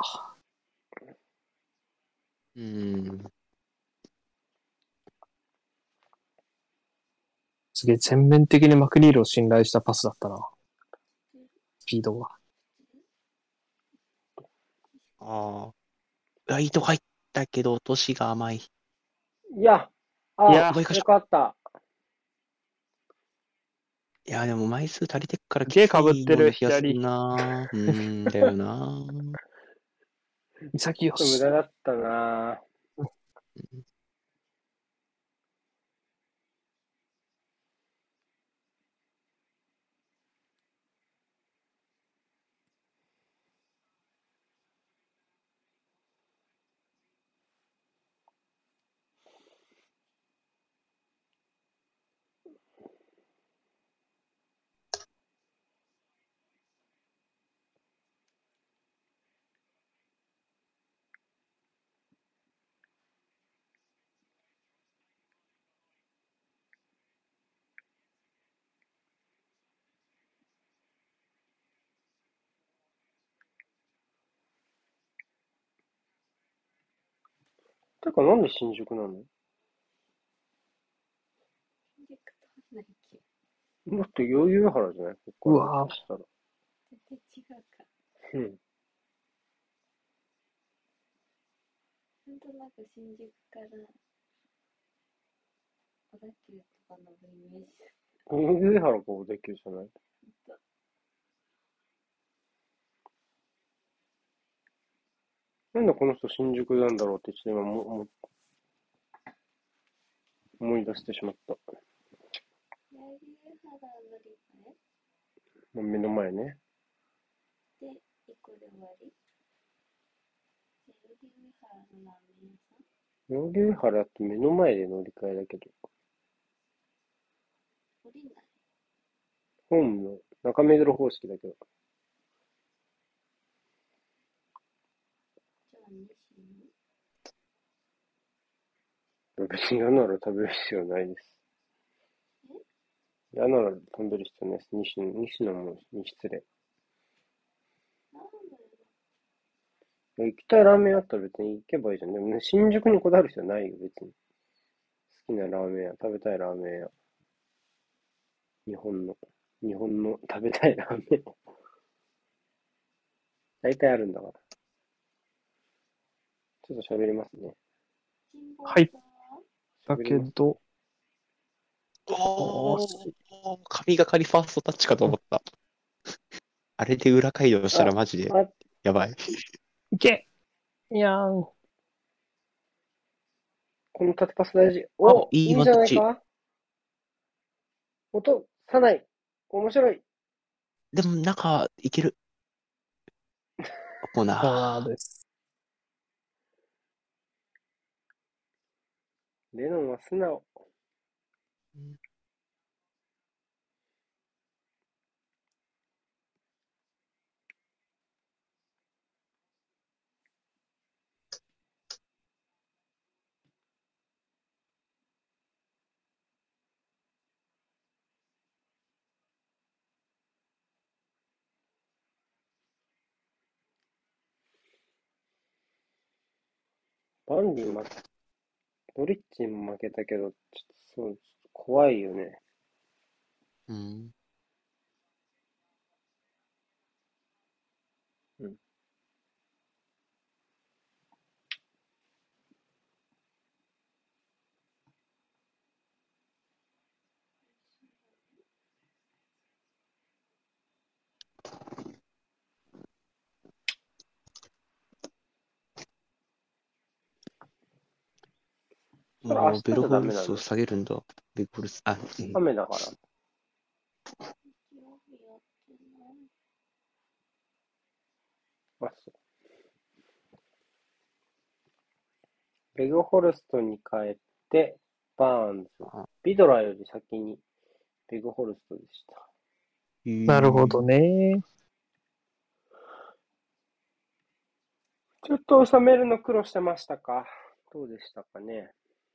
うーん。 すげえ全面的にマクニールを信頼したパスだったな。スピードが。 ああ。ライト入ったけど、落としが甘い。 いや、あ、 いや思い返しよかった。 いや、でも枚数足りてっからきゲーついようかぶってるな気がする左。 な。うーん、だよな。 潔よし。 無駄だったな。てか、なんで新宿なの？もっと余裕原じゃない？ここからうわぁ。 したら。 全然違うか。 うん。 なんとなく新宿から小田急とかのイメージだ。 余裕原が小田急じゃない？なんでこの人新宿なんだろうってちょっと今もも思い出してしまった。 柳原乗り換もう目の前ね。 えで、一個で終わり。で、柳原のラーメン屋さん余裕原って目の前で乗り換えだけど、 降りない。 ホームの中目黒方式だけど。 じゃあ、西に別に嫌なら食べる必要ないです。嫌なら食べる必要ないです。西野、西野もに失礼。 ラーメ行きたいラーメンあったら別に行けばいいじゃん。でもね、新宿にこだわる必要ないよ、別に。好きなラーメン屋、食べたいラーメン屋。日本の、日本の食べたいラーメン屋。大体あるんだから。ちょっと喋りますね。 ンはい神保だ喋ります。 けど、 おー、神がかりファーストタッチかと思った。あれで裏街道したらあ、 マジであ、 やばい。 いけいやーん。 この縦パス大事。 あ、 お、 いいいいんじゃワンタッチ。 ないか？落とさない。面白い。 でも、中、いける。 コーコーナナー。 ーです。 レノンは素直。バンディ負け、ドリッチも負けたけど、ちょっとそう、怖いよね。 うん。 うん。それ明もう、 日じゃベルホダメなの？ ルスを下げるんだ。ベルホルス、あ、うん。 雨だから。 日曜日やってない。 あ、そう。ベグホルストに変えて、バーンズ。 あビドラーより先にベグホルストでした。 へーなるほどね。 ちょっと収めるの苦労してましたか？どうでしたかね？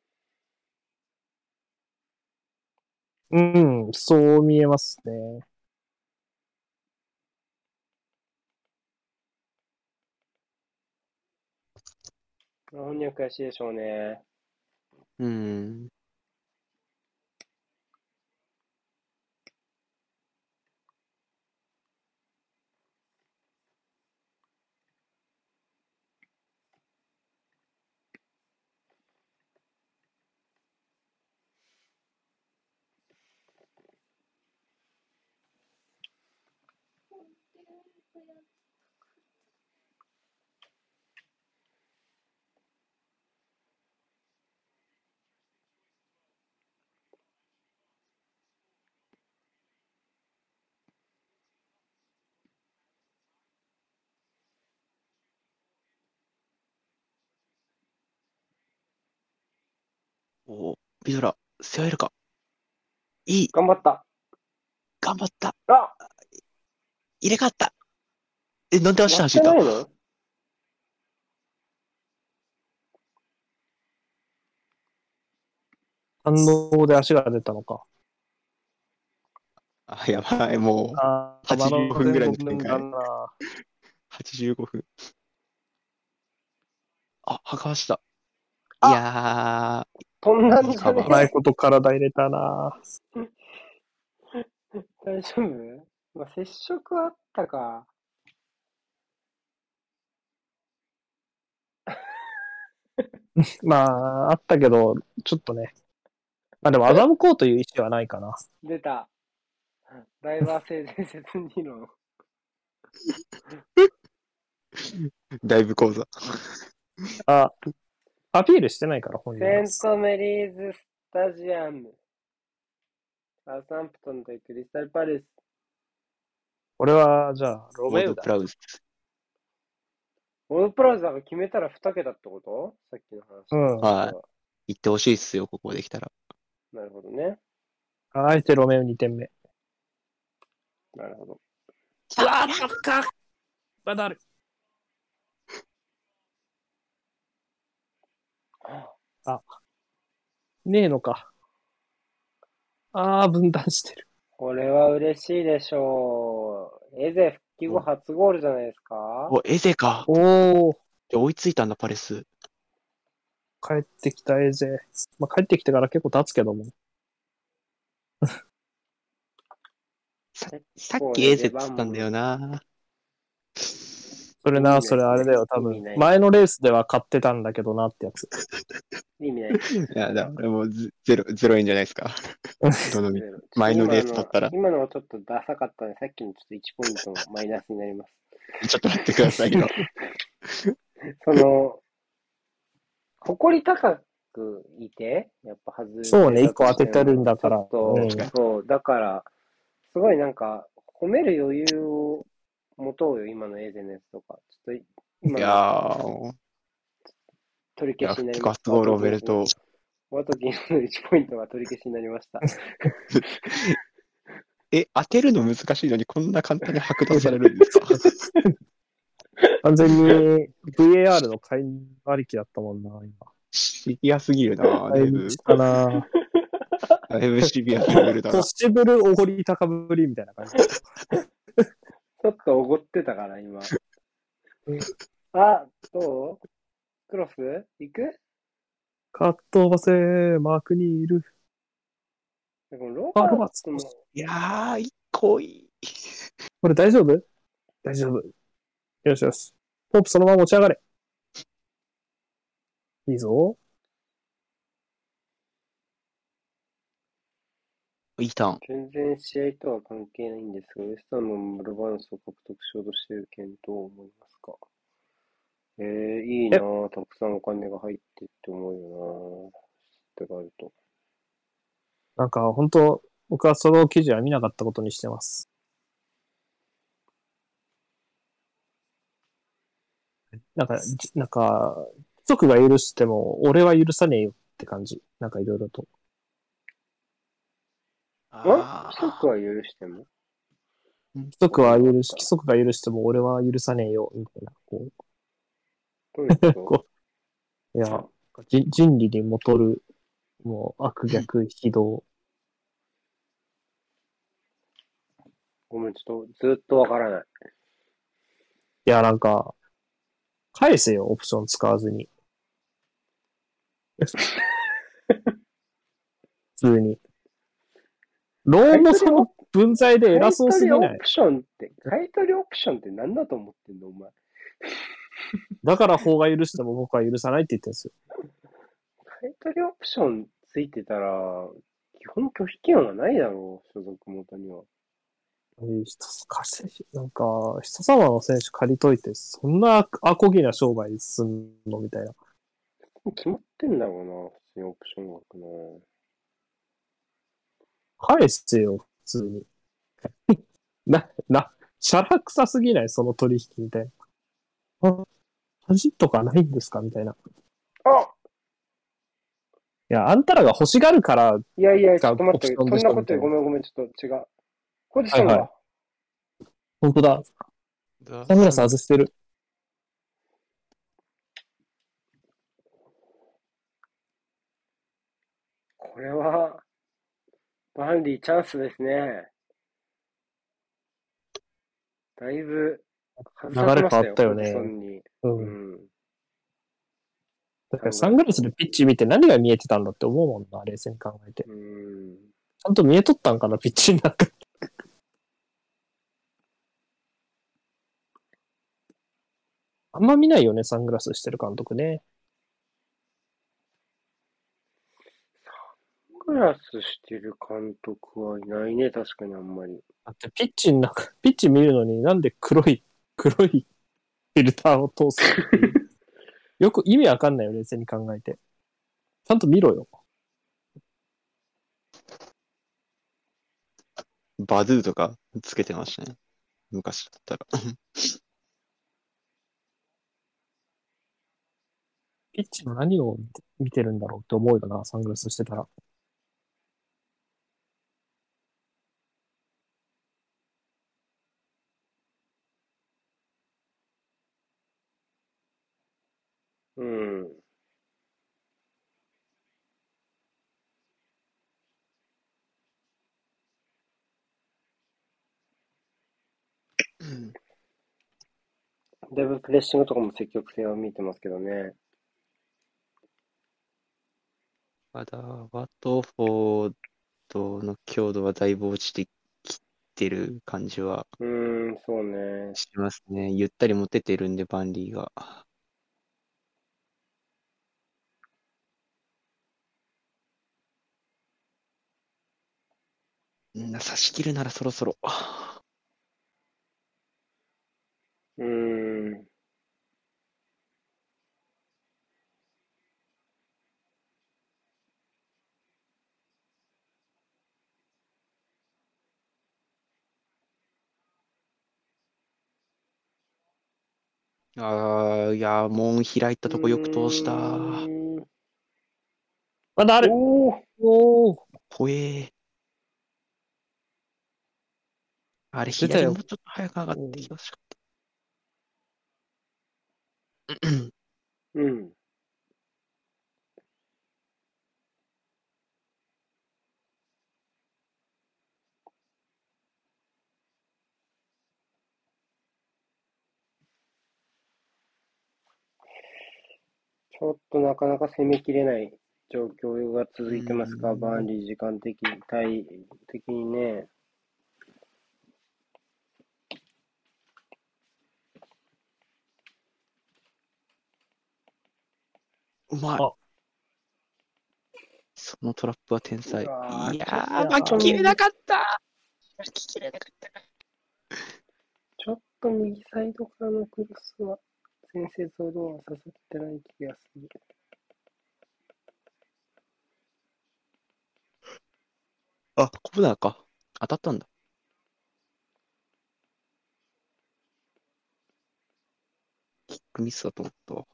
うん、そう見えますね。 本人は悔しいでしょうね。 うん。お、ビドラ、背負えるか。いい、 頑張った。 頑張った。 あ、 入れ替わった。え、なんで足割っ走ったてないの？ 反応で足が出たのか。 あ、やばい、もう、 ああ、ま 85 だ分ぐらいの全然だ展開。 な。 はちじゅうごふん。あ、はかわした。いあ、 やー、 飛んだんいいカバー。 うまいじゃねこと体入れたな。 え。大丈夫？まあ、接触あったか。 まあ、あったけど、ちょっとね。まあでも、欺こうという意思はないかな。 出た。ダイバー性伝説理論。 だいぶ講座。 あ、アピールしてないから、本人が。 セントメリーズスタジアム。サウサンプトン対クリスタルパレス。 俺は、じゃあ、ロモーメウだ。 ドプラウズ。 オールプラザが決めたらに桁ってこと？さっきの話。 うん。 はい。行ってほしいっすよ、ここできたら。 なるほどね。 あえてロメウにてんめ。 なるほど。 うわー、高っまだある。あ、ねえのか。ああ、分断してる。 これは嬉しいでしょう。エゼ復帰後初ゴールじゃないですか？ お、エゼか。 おー、 で追いついたんだ、パレス。 帰ってきたエゼ。まあ、帰ってきてから結構経つけども。 さ、 結さっ構ね、 きエゼ出番もっつったんだよな。 それな、 意味ないそれあれだよ、多分。 意味ない前のレースでは買ってたんだけどなってやつ。 意味ないです。 いや、だからもうゼゼロ、ゼロ円じゃないですか。どのみゼロ前のレース今のだったら。 今のはちょっとダサかったので、さっきのちょっといちポイントのマイナスになります。 ちょっと待ってくださいよ。 その、誇り高くいて、やっぱ外れそうね、 た一個当ててるんだから。 ちょっと、 うん。 そう、だから、すごいなんか、褒める余裕を持とうよ、今のエーゼのやつとか。ちょっとい今やのー、 取り消いや、 しになります。 ガスゴールおめでとう。 ワトキンスのいちポイントが取り消しになりました。 え、当てるの難しいのにこんな簡単に剥奪されるんですか？ 完全に ブイエーアール の会員ありきだったもんな、今。 シビアすぎるな、だいぶ会員し。たな。 だいぶシビアなルールだポッな。 シブルおごり高ぶりみたいな感じ。 ちょっとおごってたから、今。 うんあ、どうクロス行くカットバセー、マクニール。 でもロあ、 バロバーツーツも、 いやー、一個いい。 これ大丈夫大丈夫。よしよし。ホープそのまま持ち上がれ。いいぞ。 いいターン。 全然試合とは関係ないんですが、ウエスタンもルヴァンスを獲得しようとしている件どう思いますか？えー、いいなえ、 ぁ。たくさんお金が入ってって思うよなぁ。ってがあると。 なんか本当僕はその記事は見なかったことにしてます。なんか、じなんか、規則が許しても、俺は許さねえよって感じ。なんかいろいろと。 あ規則あは許しても規則わかは許し、 んなかった。 規則が許しても、俺は許さねえよ、みたいな。こどういうこう、 とこう、いや、じ人理にもとる、もう悪逆非道。 ごめん、ちょっとずっとわからない。 いや、なんか、返せよ、オプション使わずに。普通に。ローンもその分際で偉買いそうす取りオぎない？ プションって、買い取りオプションって何だと思ってんのお前。 だから法が許しても僕は許さないって言ってるんですよ。 買い取りオプションついてたら、基本拒否権はないだろう、所属元には。 人貸しなんか、人様の選手借りといて、そんなアコギな商売すんのみたいな。 決まってんだろうな、普通にオプション額返せよ、普通に。な、な、シャラ臭すぎないその取引みたいな。あ、恥とかないんですかみたいな。いな。あや、あんたらが欲しがるからいやいや、ちょっがと待って、 オプションでそんなことしょみたいな。 ごめんごめん、ちょっと違う。ポジションだ。 はいはい。本当だ。 だサングラス外してる。 これは、バンリーチャンスですね。だいぶ外させましたよ、 流れ変わったよホジソね。 ンに。ううん。 ん。 だからサングラスを。 サングラスでピッチ見て何が見えてたんだって思うもんな、冷静に考えて。 うん。 ちゃんと見えとったんかな、ピッチになんか。あんま見ないよね、サングラスしてる監督ね。 サングラスしてる監督はいないね、確かにあんまり。 だってピッチになんか、ピッチ見るのになんで黒い、黒いフィルターを通すっていう。よく意味わかんないよ、冷静に考えて。ちゃんと見ろよ。 バドゥとかつけてましたね。昔だったら。 ピッチの何を見て見てるんだろうって思うよな、サングラスしてたら。 うん。だいぶプレッシングとかも積極性は見てますけどね。 ただ、ワトフォードの強度はだいぶ落ちてきてる感じはうーん、そうね。 しますね。ゆったり持ててるんで、バンリーが。ん差し切るならそろそろ。 うーん。 ああ、いやー、門開いたうとこよく通した。 ーん。 まだある。 おーおー。 怖え。あれ、 出たよ。 左もうちょっと早く上がってきてほしかった。 うん。ちょっとなかなか攻めきれない状況がう続いてますか、バーーん。 ンリー時間的に、体的にね。 うまい。 あ、 そのトラップは天う才。 わー、 いやちょっー、巻と右、 ききれなかった。巻ききれなかった。 ちょっと右サイドからのクロスは、前節ほどは刺さってない気がする。 あ、コブナーか。当たったんだ。キックミスだと思ったわ。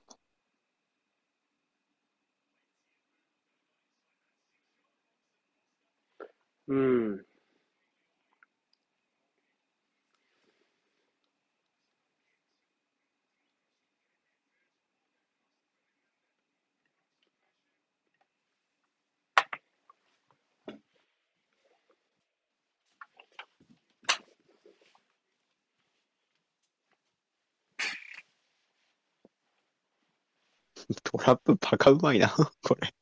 うん。 トラップバカうまいな、これ。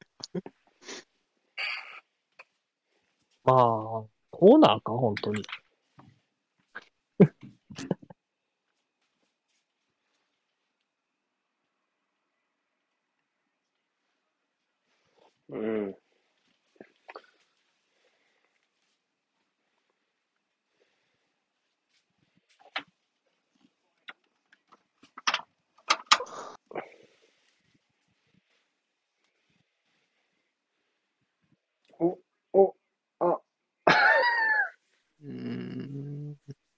まあ、コーナーか、本当に。 うん。お、お、あ、 うーん。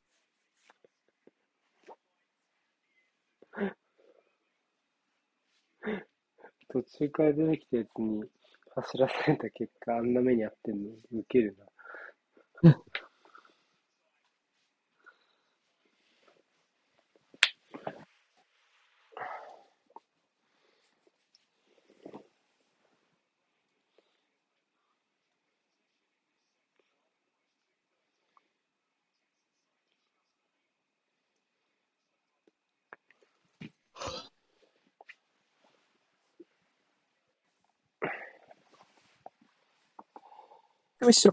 途中から出てきたやつに走らされた結果、あんな目にあってんの、ウケるな。 よいしょ。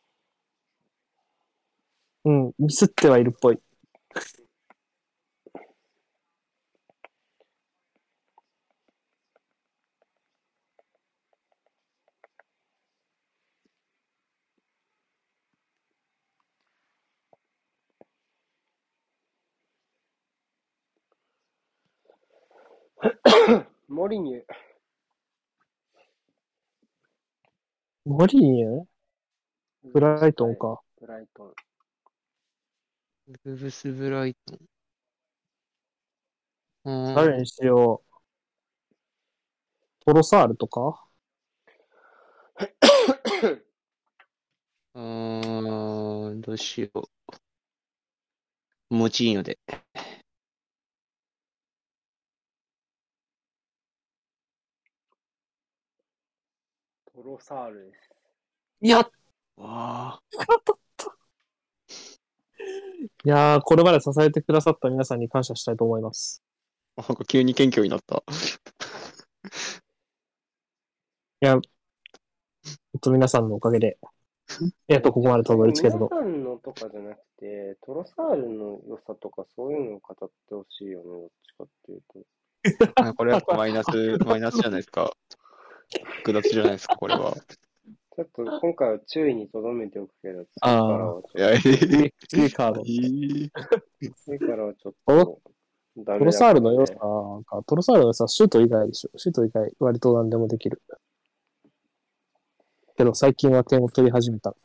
うん、ミスってはいるっぽい。 モリニュー。 モリーニュブライトンか。 ブライトン。 ブブスブライトン。うーん。 誰にしよう。トロサールとかうーん、どうしよう。モチーノで。 トロサールです。 いや、 わあ。 いやー、これまで支えてくださった皆さんに感謝したいと思います。 なんか急に謙虚になった。 いや、ほんと皆さんのおかげで、やっとここまでたどり着けたと。 皆さんのとかじゃなくて、トロサールの良さとかそういうのを語ってほしいよね、どっちかっていうと。 あこれやっぱマイナス、マイナスじゃないですか。複雑じゃないですか、これは。 ちょっと今回は注意に留めておくけど、次あからはちいや、えょっと、 ー、次カード。 ー、 次からはちょっトロとダトロメだからサールの良さね。 か、トロサールの良さ、シュート以外でしょ。シュート以外、割と何でもできる。けど、最近は点を取り始めた。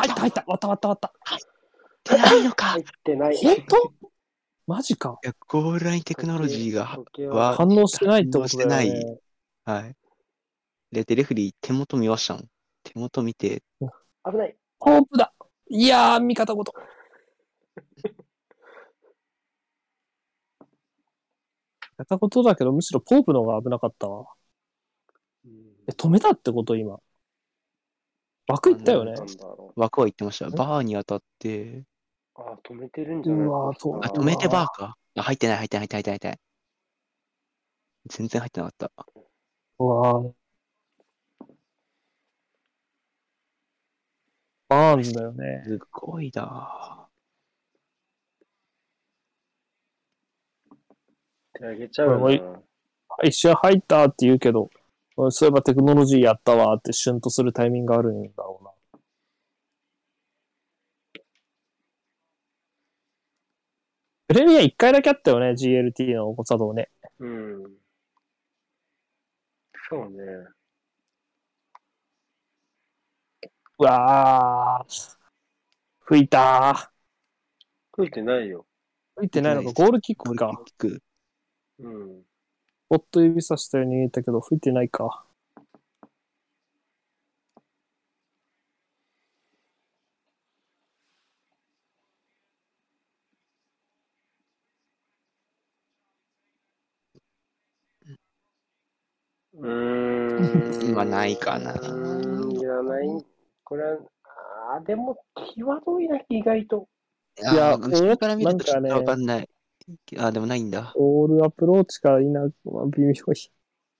入った入った。割った割った割った。 出ないのか。 入ってない。 本当マジか。 いや、ゴールラインテクノロジーが、 時計はは反応してないってことだよ反応してないね。 はい。で、でレフェリー手元見ましたもん。手元見て、 危ない。 ポープだ。いやー、味方ごと。やったことだけど、むしろポープの方が危なかったわ。 うんえ、止めたってこと今。枠いったよね。 なんだろ枠は言ってました。 んバーに当たって、 う。あ、止めてるんじゃないうわー、 ポスタあ、 と、 止めてうわバーか。あ、入ってない、入ってない、入ってない、入ってない。全然入ってなかった。 ー、うわー。バーンズだよね。 すごいな手上げちゃうこれな。 一瞬入ったって言うけど、そういえばテクノロジーやったわってシュンとするタイミングがあるんだろうな。プレミアいっかいだけあったよね、ジーエルティー の誤作動ね。 うん。そうね。 うわー。吹いた吹いてないよ。 ー。吹いてないのか、 吹いてないですゴールキックか。 ゴールキック。 うん。 ポッと指さしたように見えたけど、吹いてないか。 うーん。 今ないかな。 いらない。これは、あーでも、際どいな、意外と。 いいややー、後ろから見るとちょっとわかなんんない。あ、でもないんだ。 オールアプローチからいな、まあ、微妙い。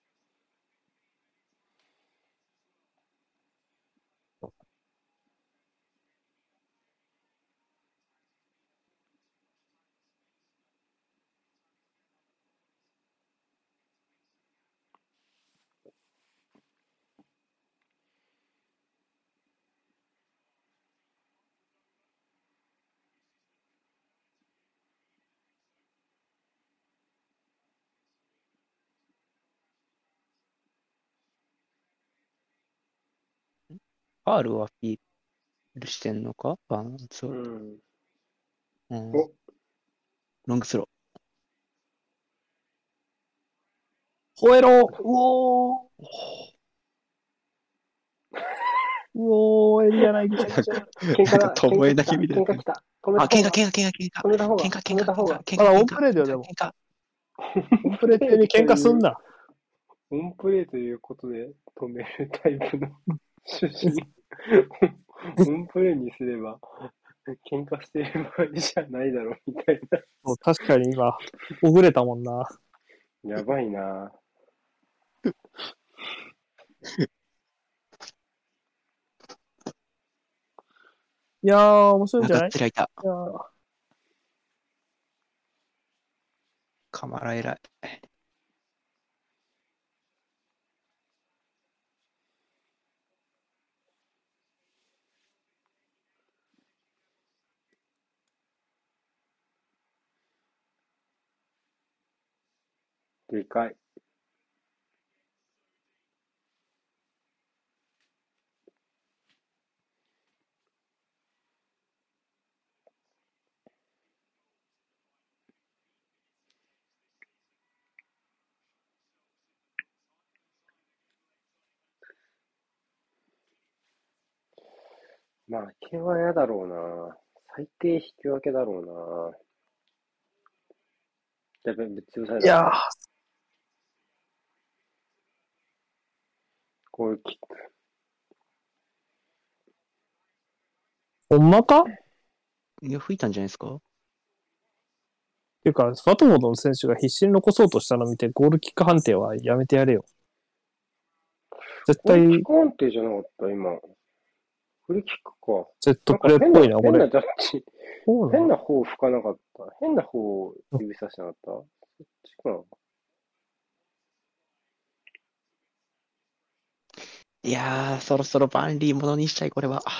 ファールをアピールしてんのかバーンズは。 うん。 うん。 お、 ロングスロ吠えろうおーうおーエリア内ぐちゃぐちゃ。 ー。 喧嘩だ、 なんか、ともえだ喧嘩来た、 けみたいな。 喧嘩来た。止めあ、喧嘩、 た方が、 喧嘩、喧嘩、喧嘩。 止めた方が、 喧嘩、喧嘩、 止めた方が。 喧嘩、 まだオン喧嘩、 プレーだよ、でも。 喧嘩。 オンプレー中に喧嘩すんな。 オンプレーということで止めるタイプの趣旨。オンプレーにすれば、喧嘩してる場合じゃないだろうみたいそう確かに今、ほぐれたもんな。 な。やばいな。 いやー、面白いんあ、 じゃないがっつり開いた。 いやーカマラ偉い。 でかい。まあ、負けは嫌だろうな。最低引き分けだろうな。やべ、別サイド。 いやー、 こういうキック。 ほんまかっいや、吹いたんじゃないですかていうか、ワトフォードの選手が必死に残そうとしたのを見て、ゴールキック判定はやめてやれよ。絶対、 これキック判定じゃなかった、今。フリーキックか。 セットプレーっぽいな、これ。 変なジャッジ。 そうなの変な方吹かなかった。変な方を指さしてなかった。そっちかな。 いやー、そろそろバンリーものにしちゃい、これは。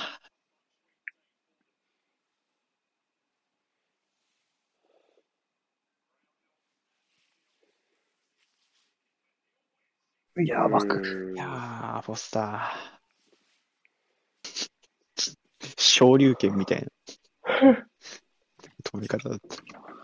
やばく。 うーんいやー、フォスター。し昇竜拳みたいな止め方だった。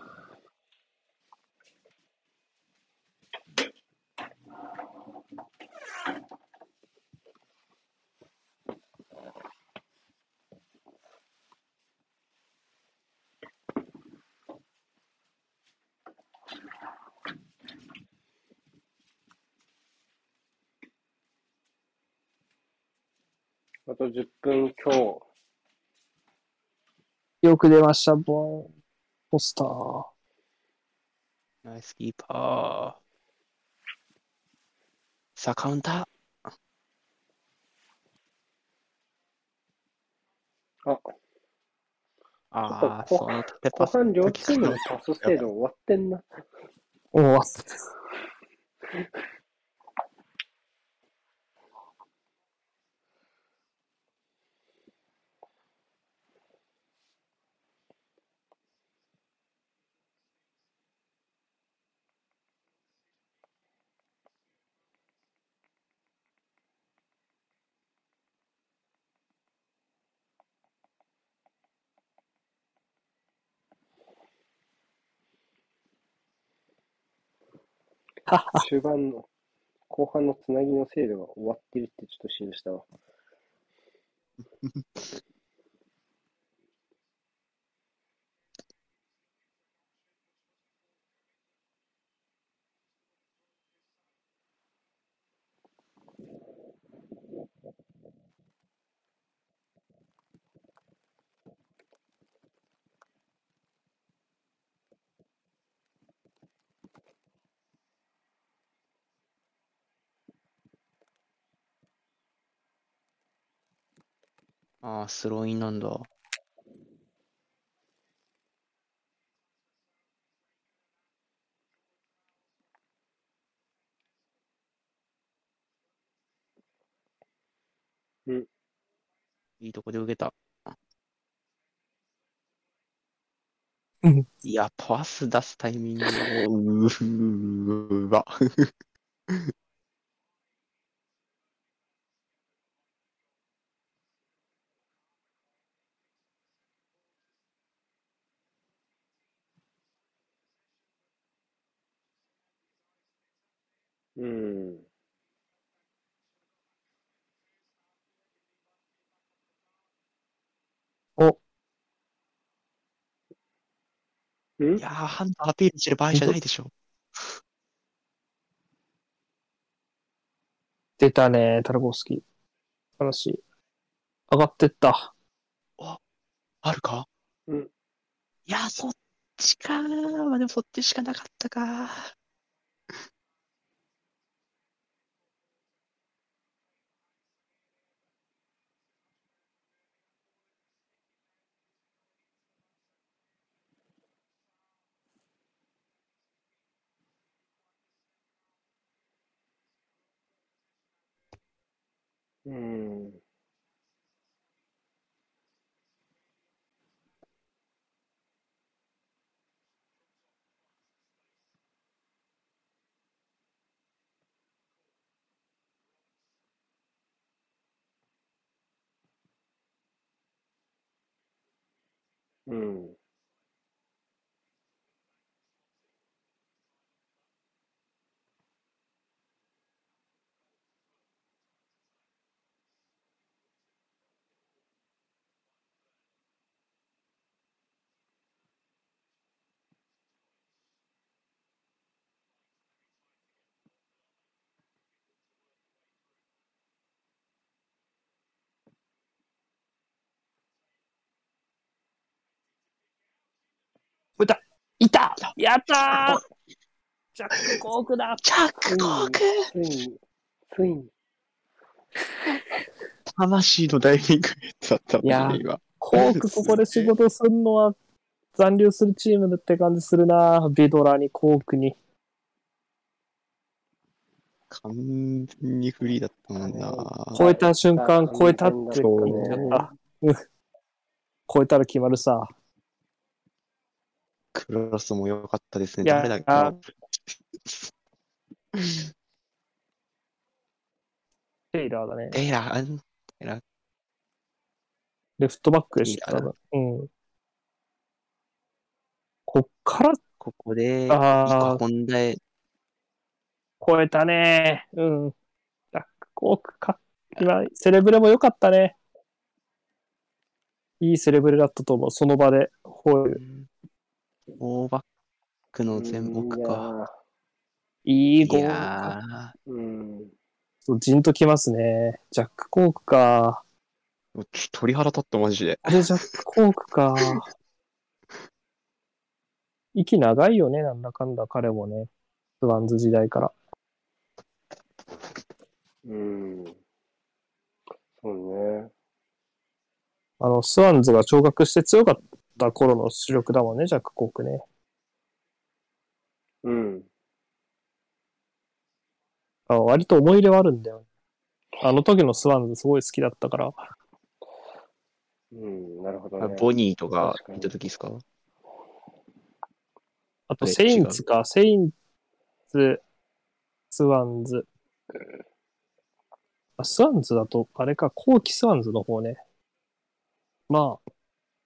あとじゅっぷん強。 よく出ました、ボン。ポスター。 ナイスキーパー。さあ、カウンター。 あ、 ああ、 後その縦後パスの半両時からチームのパス精度終わってんな。 おお、はは。 終盤の、後半のつなぎの精度が終わってるってちょっと心配したわ。 ああ、スローインなんだ。 うん。 いいとこで受けた。 うん。 いや、パス出すタイミングを、うーわ。 うん。 お、 うんいやー、ハンドアピールしてる場合じゃないでしょ。 出たね、タルコフスキー。素晴らしい。上がってった。 あ、あるかうん。 いや、そっちかー。まあ、でもそっちしかなかったか。 うん。うん。 いたいたやったージャックコークだジャッついクコークに、ついに、ついに。 魂のダイビングヘッドだったもんね、 いやー、 今。 コークここで仕事するのは残留するチームだって感じするな。ビドラにコークに。 完全にフリーだったもんな。 超えた瞬間、超えたって完言っ全だったねちゃった。うん超えたら決まるさ。 クロスも良かったですね。 い誰だっけあやー、テイラーだね。 テイラー、あんテイラーレフトバックでしょ、多分。うん。こっから、 ここで、いいか、 あー、 ホンダへ。 超えたね。うん。ジャック・コークか。今、セレブレも良かったね。いいセレブレだったと思う。その場で吠える。 オーバックの全うん、いや奥か。いいいゴールか。 やうん。 そうじんときますね。ジャック・コークか。 ー、ちょっと鳥肌立ったマジで。 あれジャック・コークか。息長いよね、なんだかんだ彼もね。スワンズ時代から。 うん。そうね。 あの、スワンズが昇格して強かった頃の主力だもんね、ジャック・コークね。 うん。 あ割と思い入れはあるんだよ。あの時のスワンズすごい好きだったから。 うん、なるほどね。 あボニーとか確かにいた時ですか？ あと、 えセイン違う。 ツか。セインツ、スワンズ。あスワンズだと、あれか、後期スワンズの方ね。まあ、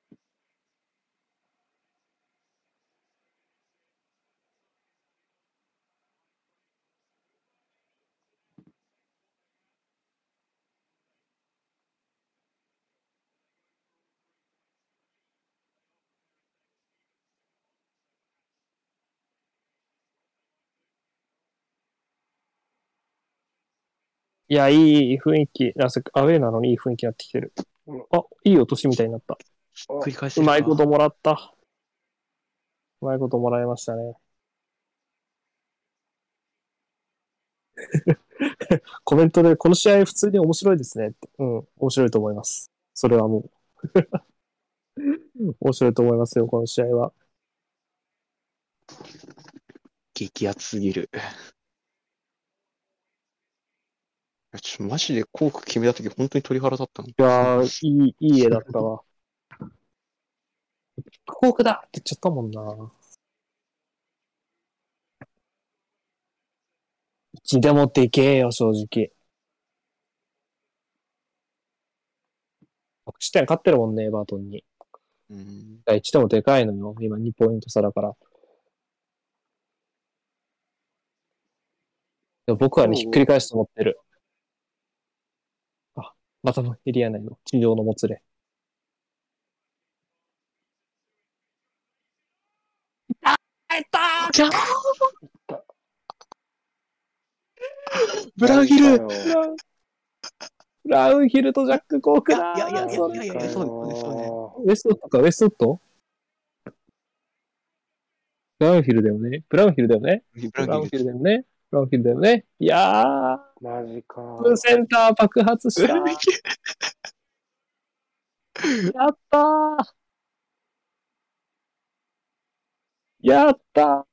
いや、いいいい雰囲気。あ、せアウェーなのにいい雰囲気になってきてる。 うんあ、いい落としみたいになった。 ひっくり返せうるか。 まいこともらった。うまいこともらいましたね。コメントで、この試合普通に面白いですねって。うん、面白いと思います。それはもう、面白いと思いますよ、この試合は。 激アツすぎる。ちょっとマジでコーク決めた時本当に鳥肌立ったの。 いやー、いい、いい絵だったわ。フォークだって言っちゃったもんな。いちでもでけえよ、正直。得失点勝ってるもんね、エバートンに。 うん。 いちでもでかいのよ。今にポイント差だから。でも僕はね、ひっくり返すと思ってる。あ、またのエリア内の地上のもつれ。帰ったーじゃあたブラウンヒル。 マジかブラよ。 ウン、ブラウンヒルとジャック・コークだいやいやいやいー、それ。 やいやいや、そうね、そうね、そうね。 ウェストウッドか、ウェストウッドブラウンヒルだよね。ブラウンヒルだよね。 ブブラウンラウンヒル。 ヒルだよね。ブラウンヒルだよね。いやー、 マジか。 センター爆発ブしたー。 ラウンヒル。 やったー。やったー。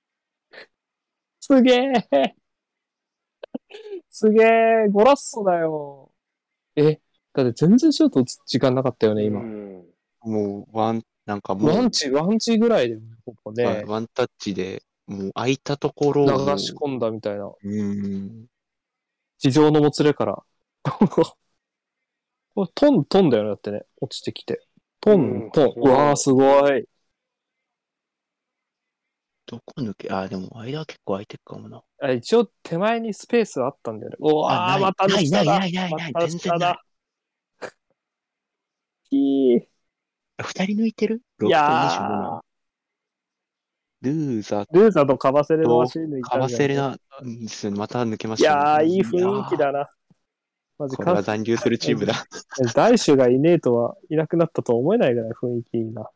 すげー。すげー。ゴラッソだよ。え、だって全然シュート打つ時間なかったよね、 う今。 ん。 もう、ワン、なんかもう、 ワンチ、ワンチぐらいで、ほぼはい、 ね、 ワンタッチで、もう空いたところ流をもう、 し込んだみたいな。 うん。 地上のもつれから。これトントンだよね、だってね。落ちてきて。トンうんトン。うわー、すごい。 どこ抜け、あ、でも間は結構空いてるかもな。 あ一応手前にスペースあったんだよね。うあ、 わー、 ない、 またない、ない、 下だ。 ない、ない、 まない、 た下全然ない。 だ。いい。 二人抜いてるい ?ろく 対にじゅうなな。 やー、 ルーザルーザとカバセレのと足抜いカたんじゃないの？ バセレナ、うんですよね。また抜けまいしたね。 やー、いいいや雰囲気ー、 だな。マジか。 これは残留するチームだ。 大手がいねえとはいなくなったとは思えないぐらい雰囲気いいな。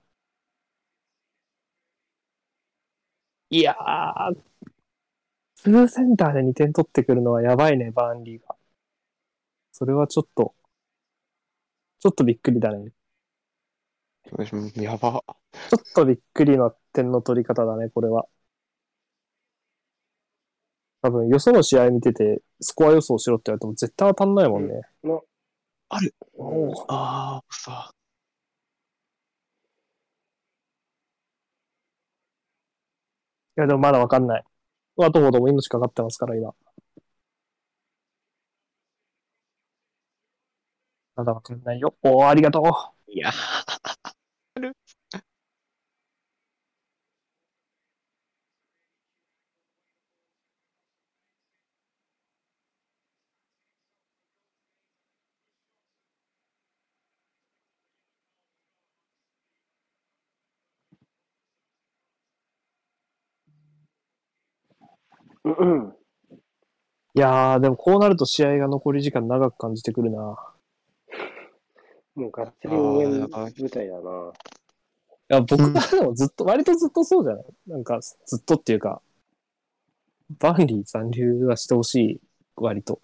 いやー、フルセンターでにてん取ってくるのはやばいね、バーンリーが。それはちょっと、ちょっとびっくりだね。 やば。 ちょっとびっくりな点の取り方だね、これは。多分、よその試合見てて、スコア予想しろって言われても絶対当たんないもんね。 の、 ある。 おーああ、さ。 いや、でもまだわかんない。ワトフォードも命かかってますから、今。 まだわかんないよ。おー、ありがとう。 いや、 うんうん。 いやー、でもこうなると試合が残り時間長く感じてくるな。 もうがっつあり応援ー舞台だな。 いや、僕はでもずっと、割とずっとそうじゃないなんか、ずっとっていうか、バンリー残留はしてほしい、割と。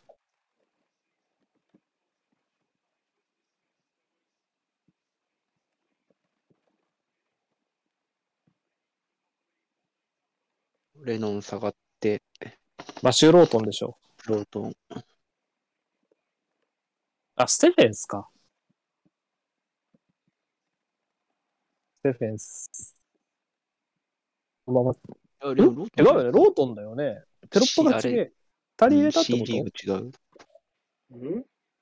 レノン下がって、 マシュー・ロートンでしょ。 ロートン。 あ、ステフェンスか。ステフェンス。まあまあ、 あ、 んでもロートン違うよね。ロートンだよね。テロップがあれ、 違え。二人入うん、 れたってこ C リーとグ違う。 ん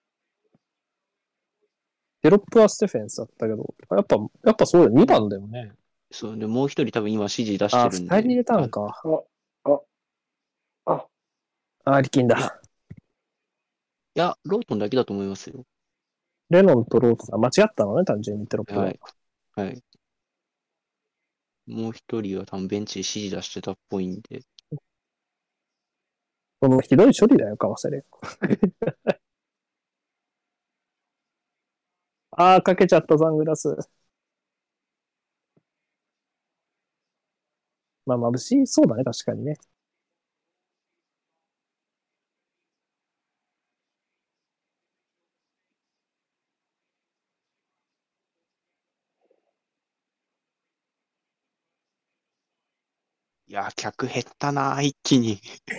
テロップはステフェンスだったけど、やっぱ、やっぱそうだよ。にばんだよね。 そう、で、もう一人多分今指示出しあ、 てるんで。 二人入れたんあか。 あ、あ、あ、 あ、リキンいやだ。 いや、ロートンだけだと思いますよ。 レノンとロートン。あ間違ったのね、単純にテロップが。 はい。はい。もう一人は多分ベンチで指示出してたっぽいんで。 このひどい処理だよ、かわせれ。あー、かけちゃった、サングラス。まあ、眩しいそうだね、確かにね。 いや、客減ったな、一気に。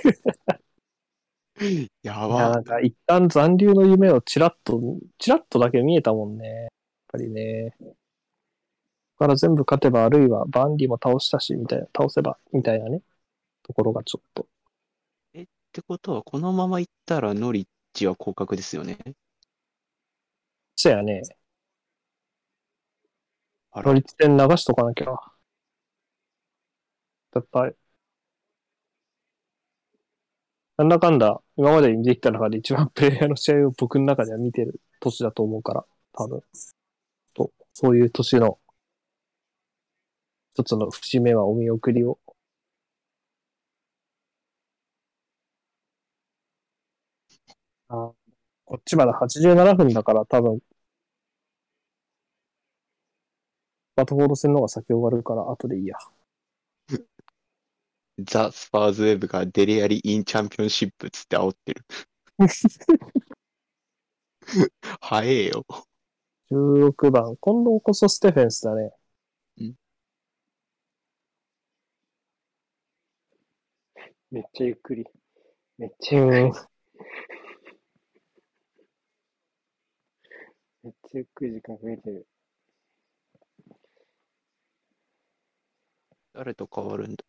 やいや、なば。 んか、一旦残留の夢をチラッと、チラッとだけ見えたもんね。やっぱりね。ここから全部勝てば、あるいはバンディも倒したし、みたいな、倒せば、みたいなね、ところがちょっと。 え、ってことは、このまま行ったらノリッチは降格ですよね。 そやね、 あら。 乗りツ点流しとかなきゃ。やっぱり、なんだかんだ、今までにできた中で一番プレイヤーの試合を僕の中では見てる年だと思うから、多分。と、そういう年の一つの節目はお見送りを。あこっちまだはちじゅうななふんだから多分、バトフォード戦の方が先終わるから後でいいや。 ザ・スパーズウェブがデレアリ・イン・チャンピオンシップつって煽ってる。早えよ。 じゅうろくばん。今度こそステフェンスだね。 めっちゃゆっくり。めっちゃゆっくり。 うん。 めっちゃゆっくり時間かけてる。 誰と変わるんだ？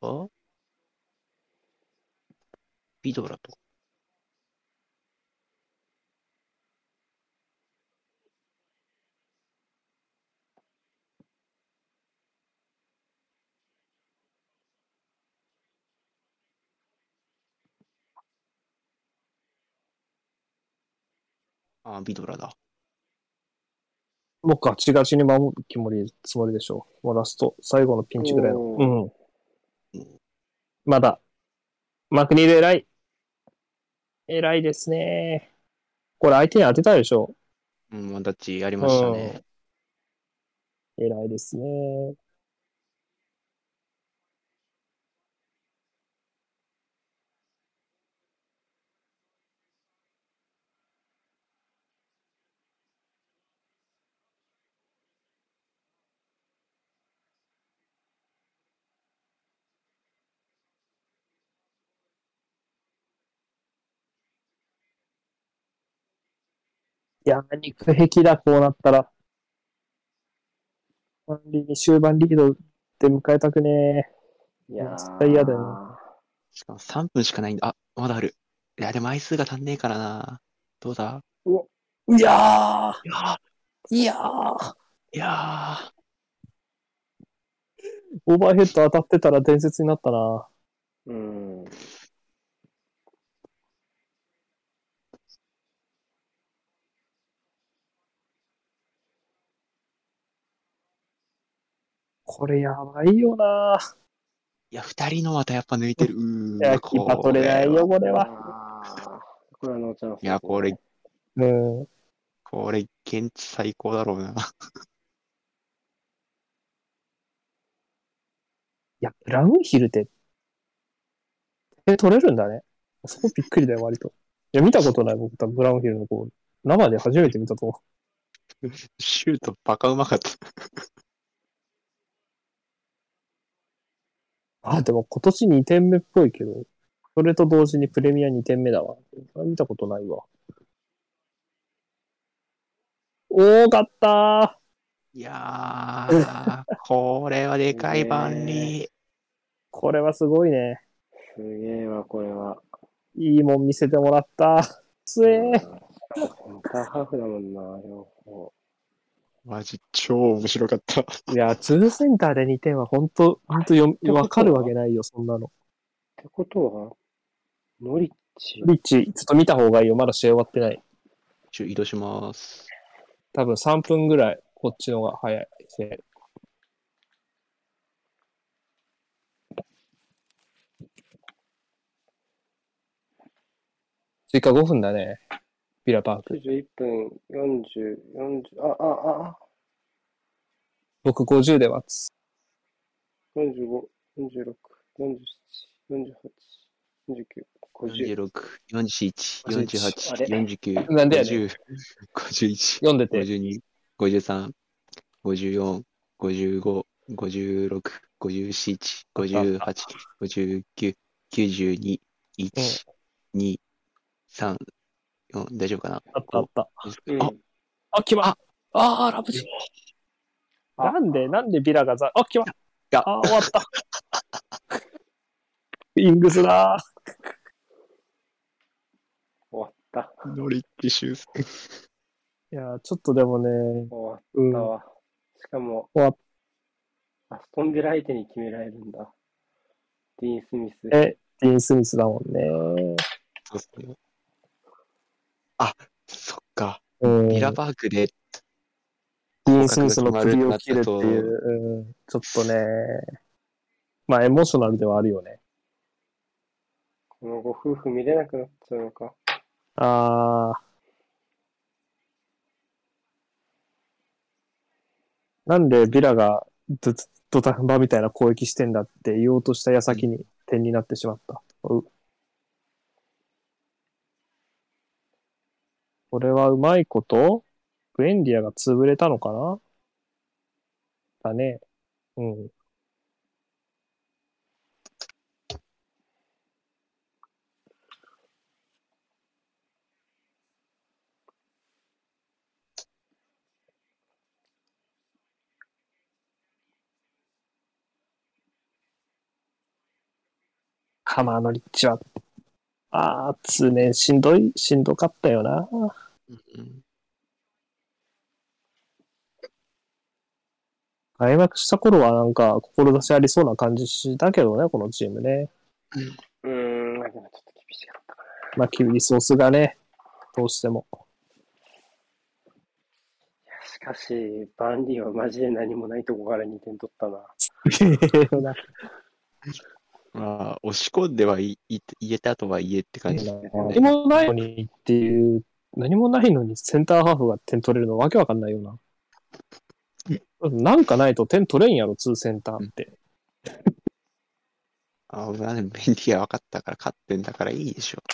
ビドラと。あ、ビドラだ。 もうガチガチに守るつもり、つもりでしょう。もうラスト、最後のピンチぐらいの。 おーうん。 うんまだ。マクニール偉い。偉いですね。これ相手に当てたでしょ。 うん、ワンタッチやりましたね。 偉いですね。いや、肉壁だ、こうなったら。終盤リー終盤リードで迎えたくねいやえ。絶対嫌だよね。 ー。 しかもさんぷんしかないんだ。あ、まだある。いや、でも枚数が足んねえからな。どうだ？ うわ、 いやいやー、いやー、 ー、いやオーバーヘッド当たってたら伝説になったな。 うん。 これやばいよな。 ー、いや、二人のまたやっぱ抜いてる。ういや、 ーわ、 キーパー取れないよ、これは。 ああ、これはノーチャンスいや、 ですね。 これ、 うん。いこれ、現地最高だろうな。 や、ブラウンヒルってえ、取れるんだね。そこびっくりだよ、割と。いや、見たことない、僕、多分ブラウンヒルのゴール。生で初めて見たと思シュートバカうまかった。 う。あ、でも今年にてんめっぽいけど、それと同時にプレミアにてんめだわ。あ見たことないわ。多かったいやー、これはでかい万里。 これはすごいね。 すげえわ、これは。 いいもん見せてもらった。つえうん。 ー。 しかもセンターハーフだもんな、両方。 マジ超面白かった。 いや、ツーセンターでにてんは本当本当よ、 てことはわかるわけないよ、そんなの。 ってことは、ノリッチ。 リッチ、ちょっと見た方がいいよ。まだ試合終わってない。 ちょ、移動します。 多分さんぷんぐらい、こっちのが早い。追加ごふんだね。ビラパーきゅうク。 じゅういっぷん、よんじゅう、よんじゅう、あ、あ、あ、 僕ごじゅうで待つ。 よんじゅうご、よんじゅうろく、よんじゅうなな、よんじゅうはち、よんじゅうきゅう、ごじゅう。 よんじゅうろく、よんじゅういち、よんじゅうはち、 あれよんじゅうきゅう、 なんでやねん。 ごじゅう、ごじゅういち、 読んでて。 ごじゅうに、ごじゅうさん、ごじゅうよん、ごじゅうご、ごじゅうろく、ごじゅうなな、 あったあった。 ごじゅうはち、ごじゅうきゅう、きゅうじゅうに、 うん。 いち、に、さん、よん、大丈夫かな？ あったあっご、 た。 あ、 うん。 あ、決まっあ、 あー、ラブジ。 あ、 なんで、なんでビラがざ、あ、決まっいや、 あー、終わった。イングスだ終わった。 ノリッチ修正。 ー。いやー、ちょっとでもね、 終わっうん、終たわ。しかも、 わっアストンビラ相手に決められるんだ。ディーン・スミス。 て、ディーン・スミスだもんね。 そうっすね。あ、そっか。 うん。 ビラパークでディーン・降格がスミスの決まるって首をなった切るっていと、 う、うん、ちょっとね、まあ、エモーショナルではあるよね。 このご夫婦見れなくなっちゃうのか。 あー、なんでビラがドドタフバみたいな攻撃してんだって言おうとした矢先に点になってしまった。うこれはうまいこと、ブエンディアが潰れたのかなだね。うん。カマーのリッチは、あー、通年しんどい、しんどかったよな。 うん開幕した頃はなんか、志ありそうな感じしたけどね、このチームね。 うーん、でもちょっと厳しかったかな。 まあ、リソースがね、どうしても。 しかし、バンディはマジで何もないとこからにてん取ったな。 まあ、押し込んではいい言えたとはいえって感じです何ね。 もないのにっていう、何もないのにセンターハーフが点取れるのわけわかんないよな。なんかないと点取れんやろ、ツーセンターって。 あ、俺はね、便利が分かったから勝ってんだからいいでしょ。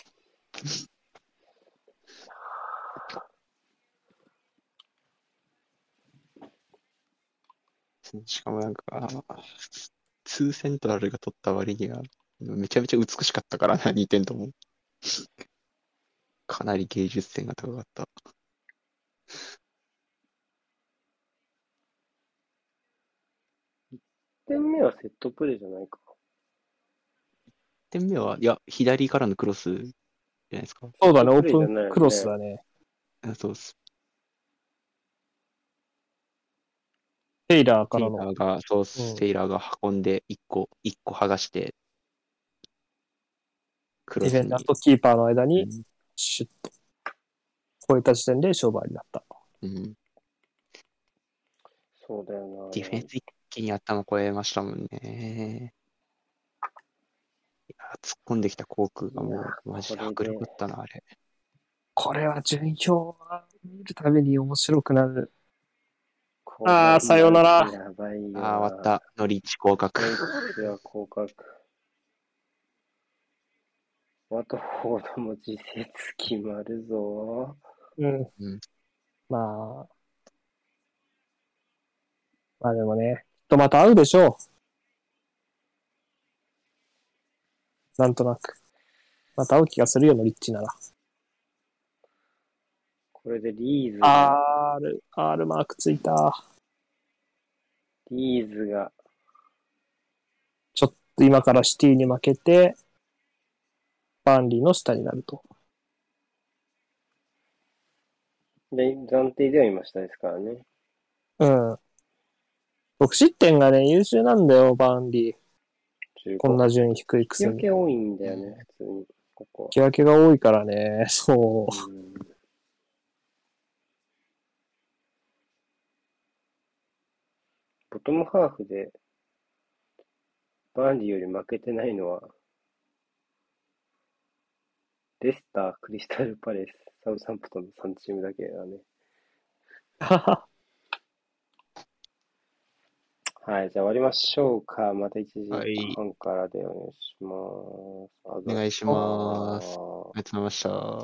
しかもなんか、ツーセントラルが取った割には、めちゃめちゃ美しかったからな、にてんとも。かなり芸術点が高かった。 いってんめはセットプレーじゃないか。 いってんめは、いや、左からのクロスじゃないですか。 そうだね、オーセットプレーじゃないよねプンクロスだね。 あそうっす。 テイラーかテイらのラーが、そう、 うんテイラーが運んで、一個、一個剥がして、クディフェンダーロスに。 とキーパーの間にうん。 シュッと超えた時点で勝負ありだった。 うんそうだよディフェンス一気に頭越えましたもんね。いや突っ込んできた航空がいやもう、マジでこれで迫力だったな、あれ。 これは順位表は見るたびに面白くなる。 これあーさよならマジやばいよな。 ああ、終わった。ノリッチ降格。 ドイツは降格。ワトフォードも次節決まるぞ。 うん。 うん。 まあ、まあでもね、きっとまた会うでしょう。なんとなく。また会う気がするよ、ノリッチなら。 これでリーズが、 R、R マークついた。 リーズが、 ちょっと今からシティに負けて、バンリーの下になると。 で、暫定では今下ですからね。 うん。得失点がね、優秀なんだよ、バンリー。こんな順位低いくせに。 引き分け多いんだよね、普通に。ここは。 引き分けが多いからね、そう。 うんボトムハーフで、バンリーより負けてないのは、レスター、クリスタルパレス、サウサンプトンのさんチームだけだね。はい、じゃあ終わりましょうか。またいちじはい。 はんからでお願いします。 お願いします。ありがとうございました。